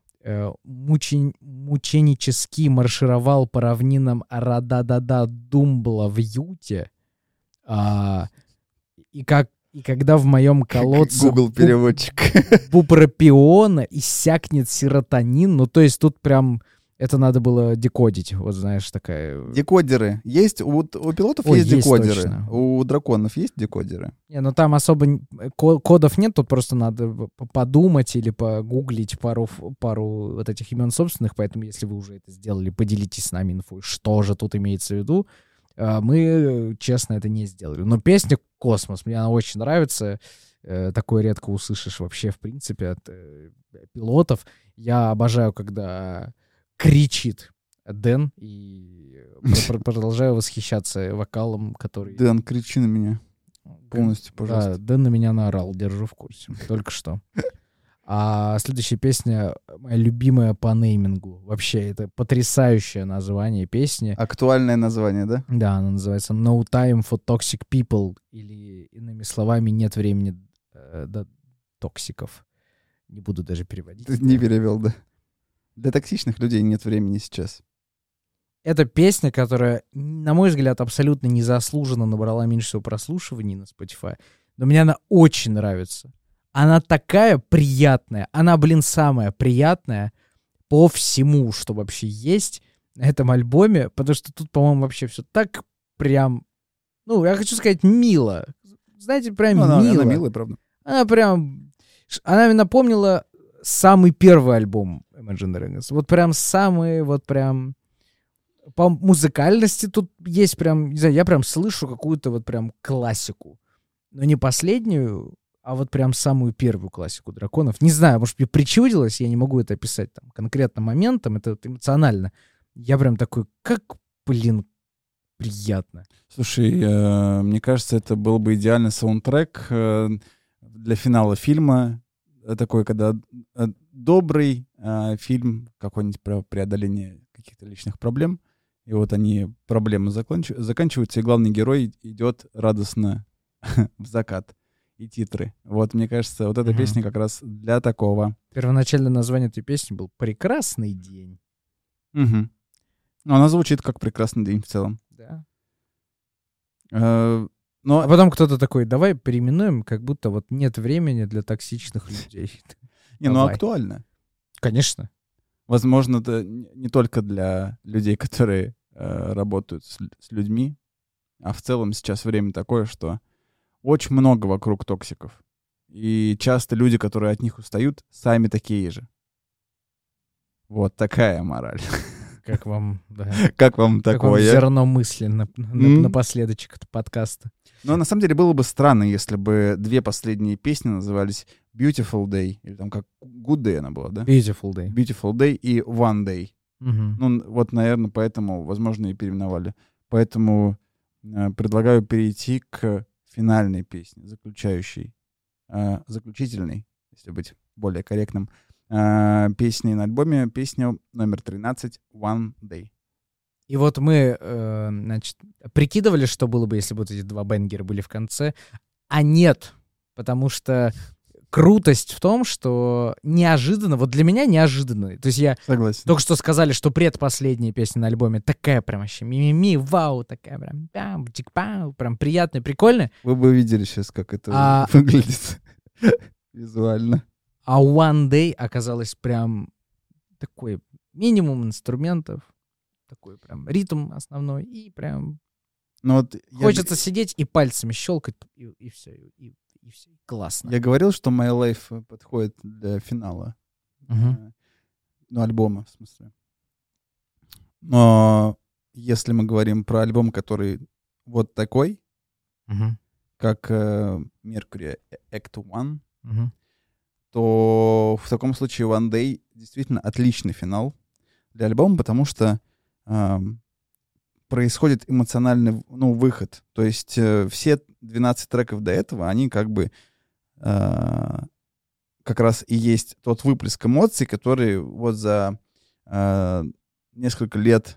мученически маршировал по равнинам Арададада Думбла в Юте, и когда в моем колодце Google переводчик бупропиона иссякнет серотонин, ну то есть тут прям это надо было декодить, вот знаешь, такая... Декодеры. Есть, у пилотов есть декодеры. Точно. У драконов есть декодеры? Не, ну там особо кодов нет, тут просто надо подумать или погуглить пару вот этих имен собственных, поэтому если вы уже это сделали, поделитесь с нами инфой, что же тут имеется в виду. Мы, честно, это не сделали. Но песня «Космос» мне она очень нравится. Такое редко услышишь вообще, в принципе, от пилотов. Я обожаю, когда кричит Дэн, и продолжаю восхищаться вокалом, который... Дэн, кричи на меня полностью, пожалуйста. Да, Дэн на меня наорал, держу в курсе. Только что. А следующая песня моя любимая по неймингу. Вообще, это потрясающее название песни. Актуальное название, да? Да, она называется «No Time for Toxic People», или, иными словами, «Нет времени для токсиков». Не буду даже переводить. Ты не перевел, да? Для токсичных людей нет времени сейчас. Это песня, которая, на мой взгляд, абсолютно незаслуженно набрала меньше всего прослушиваний на Spotify. Но мне она очень нравится. Она такая приятная. Она, самая приятная по всему, что вообще есть на этом альбоме. Потому что тут, по-моему, вообще все так прям... Ну, я хочу сказать, мило. Знаете, прям мило. Она милая, правда. Она прям... Она мне напомнила самый первый альбом Imagine Dragons. Вот прям самый, вот прям... По музыкальности тут есть прям... Не знаю, я прям слышу какую-то вот прям классику. Но не последнюю, а вот прям самую первую классику Драконов. Не знаю, может, мне причудилось, я не могу это описать там конкретно моментом, это вот эмоционально. Я прям такой, приятно. Слушай, мне кажется, это был бы идеальный саундтрек для финала фильма. Такой, когда добрый фильм какой-нибудь про преодоление каких-то личных проблем. И вот проблемы заканчиваются, и главный герой идет радостно в закат. И титры. Вот, мне кажется, вот эта песня как раз для такого. Первоначальное название этой песни был «Прекрасный день». Она звучит как «Прекрасный день» в целом. Да. Но А потом кто-то такой, давай переименуем, как будто вот нет времени для токсичных людей. Давай. актуально. Конечно. Возможно, это не только для людей, которые работают с людьми, а в целом сейчас время такое, что очень много вокруг токсиков. И часто люди, которые от них устают, сами такие же. Вот такая мораль. Как вам, да. Как вам Как вам такое? зерно мысли напоследочек от подкаста. Но на самом деле было бы странно, если бы две последние песни назывались Beautiful Day, или там как Good Day она была, да? Beautiful Day. Beautiful Day и One Day. Мгм. Ну, вот, наверное, поэтому, возможно, и переименовали. Поэтому предлагаю перейти к финальной песне, заключительной, если быть более корректным, песней на альбоме, песня номер 13 «One Day». И вот мы, значит, прикидывали, что было бы, если бы вот эти два бенгера были в конце, а нет, потому что крутость в том, что неожиданно, вот для меня неожиданно, то есть я Согласен. только что сказали, что предпоследняя песня на альбоме такая прям вообще ми-ми-ми, вау, такая прям пям, чик-пау, прям приятная, прикольная, Вы бы видели сейчас, как это А- выглядит визуально. а One Day оказалось прям такой минимум инструментов, такой прям ритм основной, и прям Но вот хочется сидеть и пальцами щелкать, и все, и все, классно. я говорил, что My Life подходит для финала. Мгм. Ну, альбома, в смысле. Но если мы говорим про альбом, который вот такой, Мгм. как Mercury Act One, Мгм. то в таком случае One Day действительно отличный финал для альбома, потому что происходит эмоциональный выход. То есть все 12 треков до этого, они как бы как раз и есть тот выплеск эмоций, который вот за несколько лет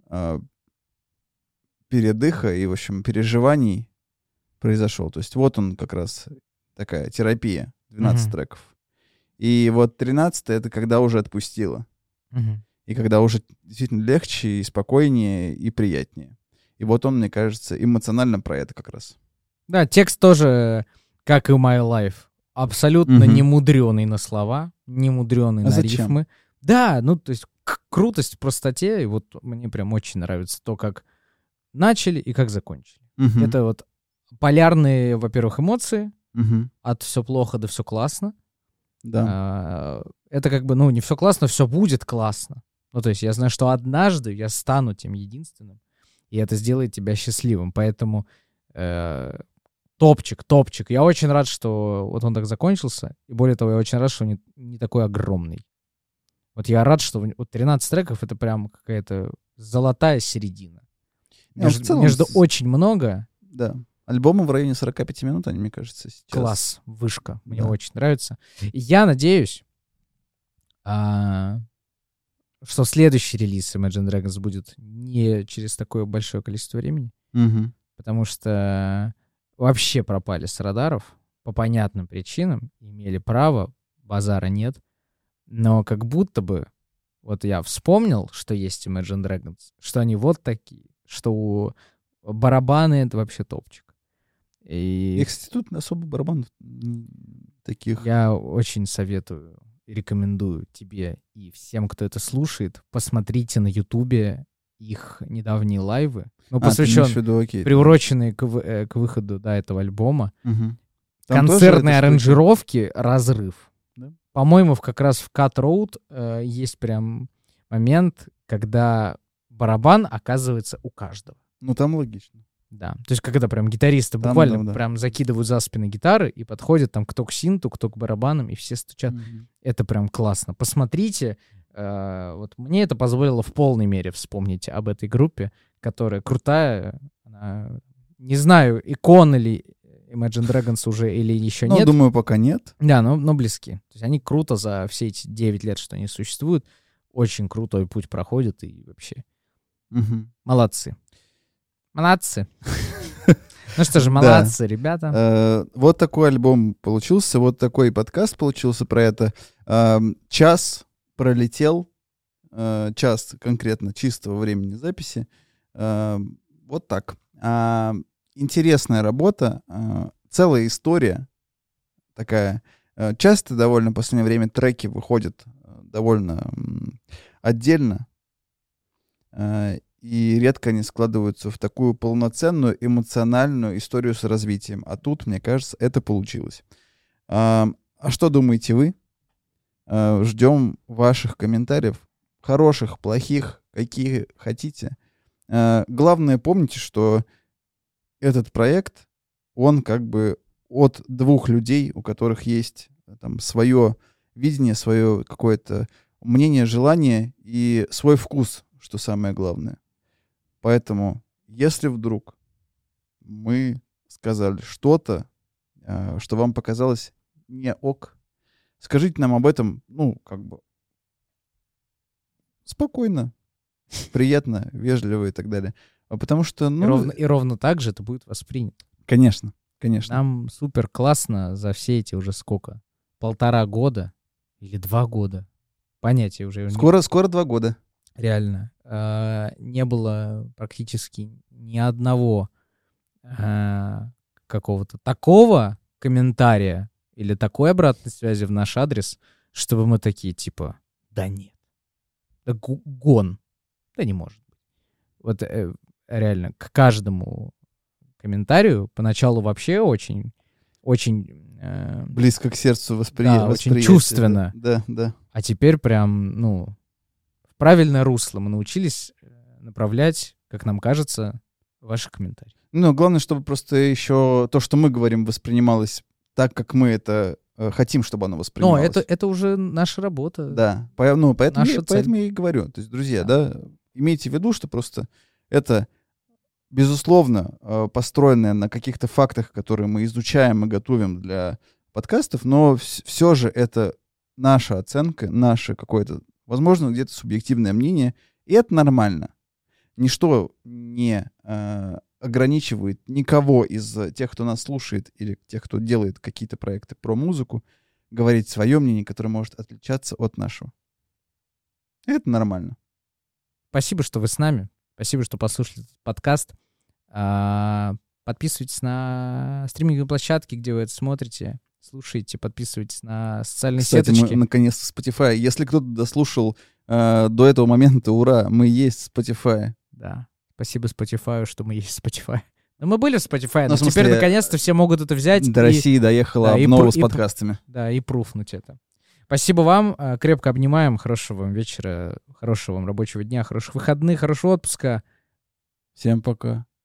передыха и, в общем, переживаний произошел. То есть вот он как раз такая терапия, 12 Мгм. треков. И вот 13 это когда уже отпустило. Мгм. И когда уже действительно легче, и спокойнее, и приятнее. И вот он, мне кажется, эмоционально про это как раз. Да, текст тоже, как и My Life, абсолютно Мгм. не мудреный на слова, не мудреный А на зачем? рифмы. Да, ну, то есть крутость в простоте, и вот мне прям очень нравится то, как начали и как закончили. Мгм. Это вот полярные, во-первых, эмоции, Мгм. от все плохо до все классно. Да. Это как бы, ну, не все классно, все будет классно. Ну, то есть я знаю, что однажды я стану тем единственным, и это сделает тебя счастливым. Поэтому топчик. Я очень рад, что вот он так закончился. И более того, я очень рад, что он не такой огромный. Вот я рад, что вот 13 треков — это прям какая-то золотая середина. Не, в целом Между очень много. Да. Альбомы в районе 45 минут, они, мне кажется, сейчас. Класс, вышка. Мне Да. очень нравится. И я надеюсь, что следующий релиз Imagine Dragons будет не через такое большое количество времени, Мгм. потому что вообще пропали с радаров по понятным причинам, имели право, базара нет, но как будто бы вот я вспомнил, что есть Imagine Dragons, что они вот такие, что барабаны — это вообще топчик. И И, кстати, тут особо барабанов таких. я очень советую и рекомендую тебе и всем, кто это слушает, посмотрите на Ютубе их недавние лайвы, ну, Ты имеешь в посвященные, виду, окей. приуроченные к выходу, да, этого альбома. Мгм. Там тоже Концертные эта штука. аранжировки — разрыв. Да? По-моему, как раз в Cut Road есть прям момент, когда барабан оказывается у каждого. Ну, там логично. Да, то есть когда прям гитаристы Там, буквально да. прям закидывают за спины гитары и подходят там кто к синту, кто к барабанам, и все стучат. Мгм. Это прям классно. Посмотрите. Вот мне это позволило в полной мере вспомнить об этой группе, которая крутая. Она, не знаю, икон или Imagine Dragons уже или еще Ну, нет. думаю, пока нет. Да, но близки. То есть они круто за все эти 9 лет, что они существуют. Очень крутой путь проходят и вообще Мгм. молодцы. Молодцы. Ну что же, Да. молодцы, ребята. Вот такой альбом получился, вот такой подкаст получился про это. Час пролетел, час конкретно чистого времени записи. Вот так. интересная работа, целая история такая. Часто довольно в последнее время треки выходят довольно отдельно, и редко они складываются в такую полноценную эмоциональную историю с развитием. А тут, мне кажется, это получилось. А что думаете вы? Ждем ваших комментариев. Хороших, плохих, какие хотите. Главное, помните, что этот проект, он как бы от двух людей, у которых есть там свое видение, свое какое-то мнение, желание и свой вкус, что самое главное. Поэтому, если вдруг мы сказали что-то, что вам показалось не ок, скажите нам об этом, как бы спокойно, приятно, вежливо и так далее. Потому что, И ровно так же это будет воспринято. Конечно, конечно. Нам супер классно за все эти уже сколько? 1,5 года или 2 года? Понятия уже. Скоро 2 года. Реально. Не было практически ни одного какого-то такого комментария или такой обратной связи в наш адрес, чтобы мы такие, типа, да нет. Да гон. Да не может быть. Вот реально, к каждому комментарию поначалу вообще очень близко к сердцу да, очень чувственно. Да. А теперь прям, в правильное русло мы научились направлять, как нам кажется, ваши комментарии. Главное, чтобы просто еще то, что мы говорим, воспринималось так, как мы это хотим, чтобы оно воспринималось. Но это уже наша работа. Да, поэтому я и говорю. То есть, друзья, да, имейте в виду, что просто это, безусловно, построенное на каких-то фактах, которые мы изучаем и готовим для подкастов, но все же это наша оценка, наше какое-то, возможно, где-то субъективное мнение, и это нормально. Ничто не ограничивает никого из тех, кто нас слушает, или тех, кто делает какие-то проекты про музыку, говорить свое мнение, которое может отличаться от нашего. Это нормально. Спасибо, что вы с нами. Спасибо, что послушали этот подкаст. Подписывайтесь на стриминговые площадки, где вы это смотрите. Слушайте, подписывайтесь на социальные сеточки. Кстати, мы наконец-то Spotify. Если кто-то дослушал до этого момента, ура, мы есть в Spotify. Да. Спасибо Spotify, что мы есть в Spotify. Но мы были в Spotify, но теперь наконец-то все могут это взять. До России доехала обнова с подкастами. Да, и пруфнуть это. Спасибо вам, крепко обнимаем. Хорошего вам вечера, хорошего вам рабочего дня, хороших выходных, хорошего отпуска. Всем пока.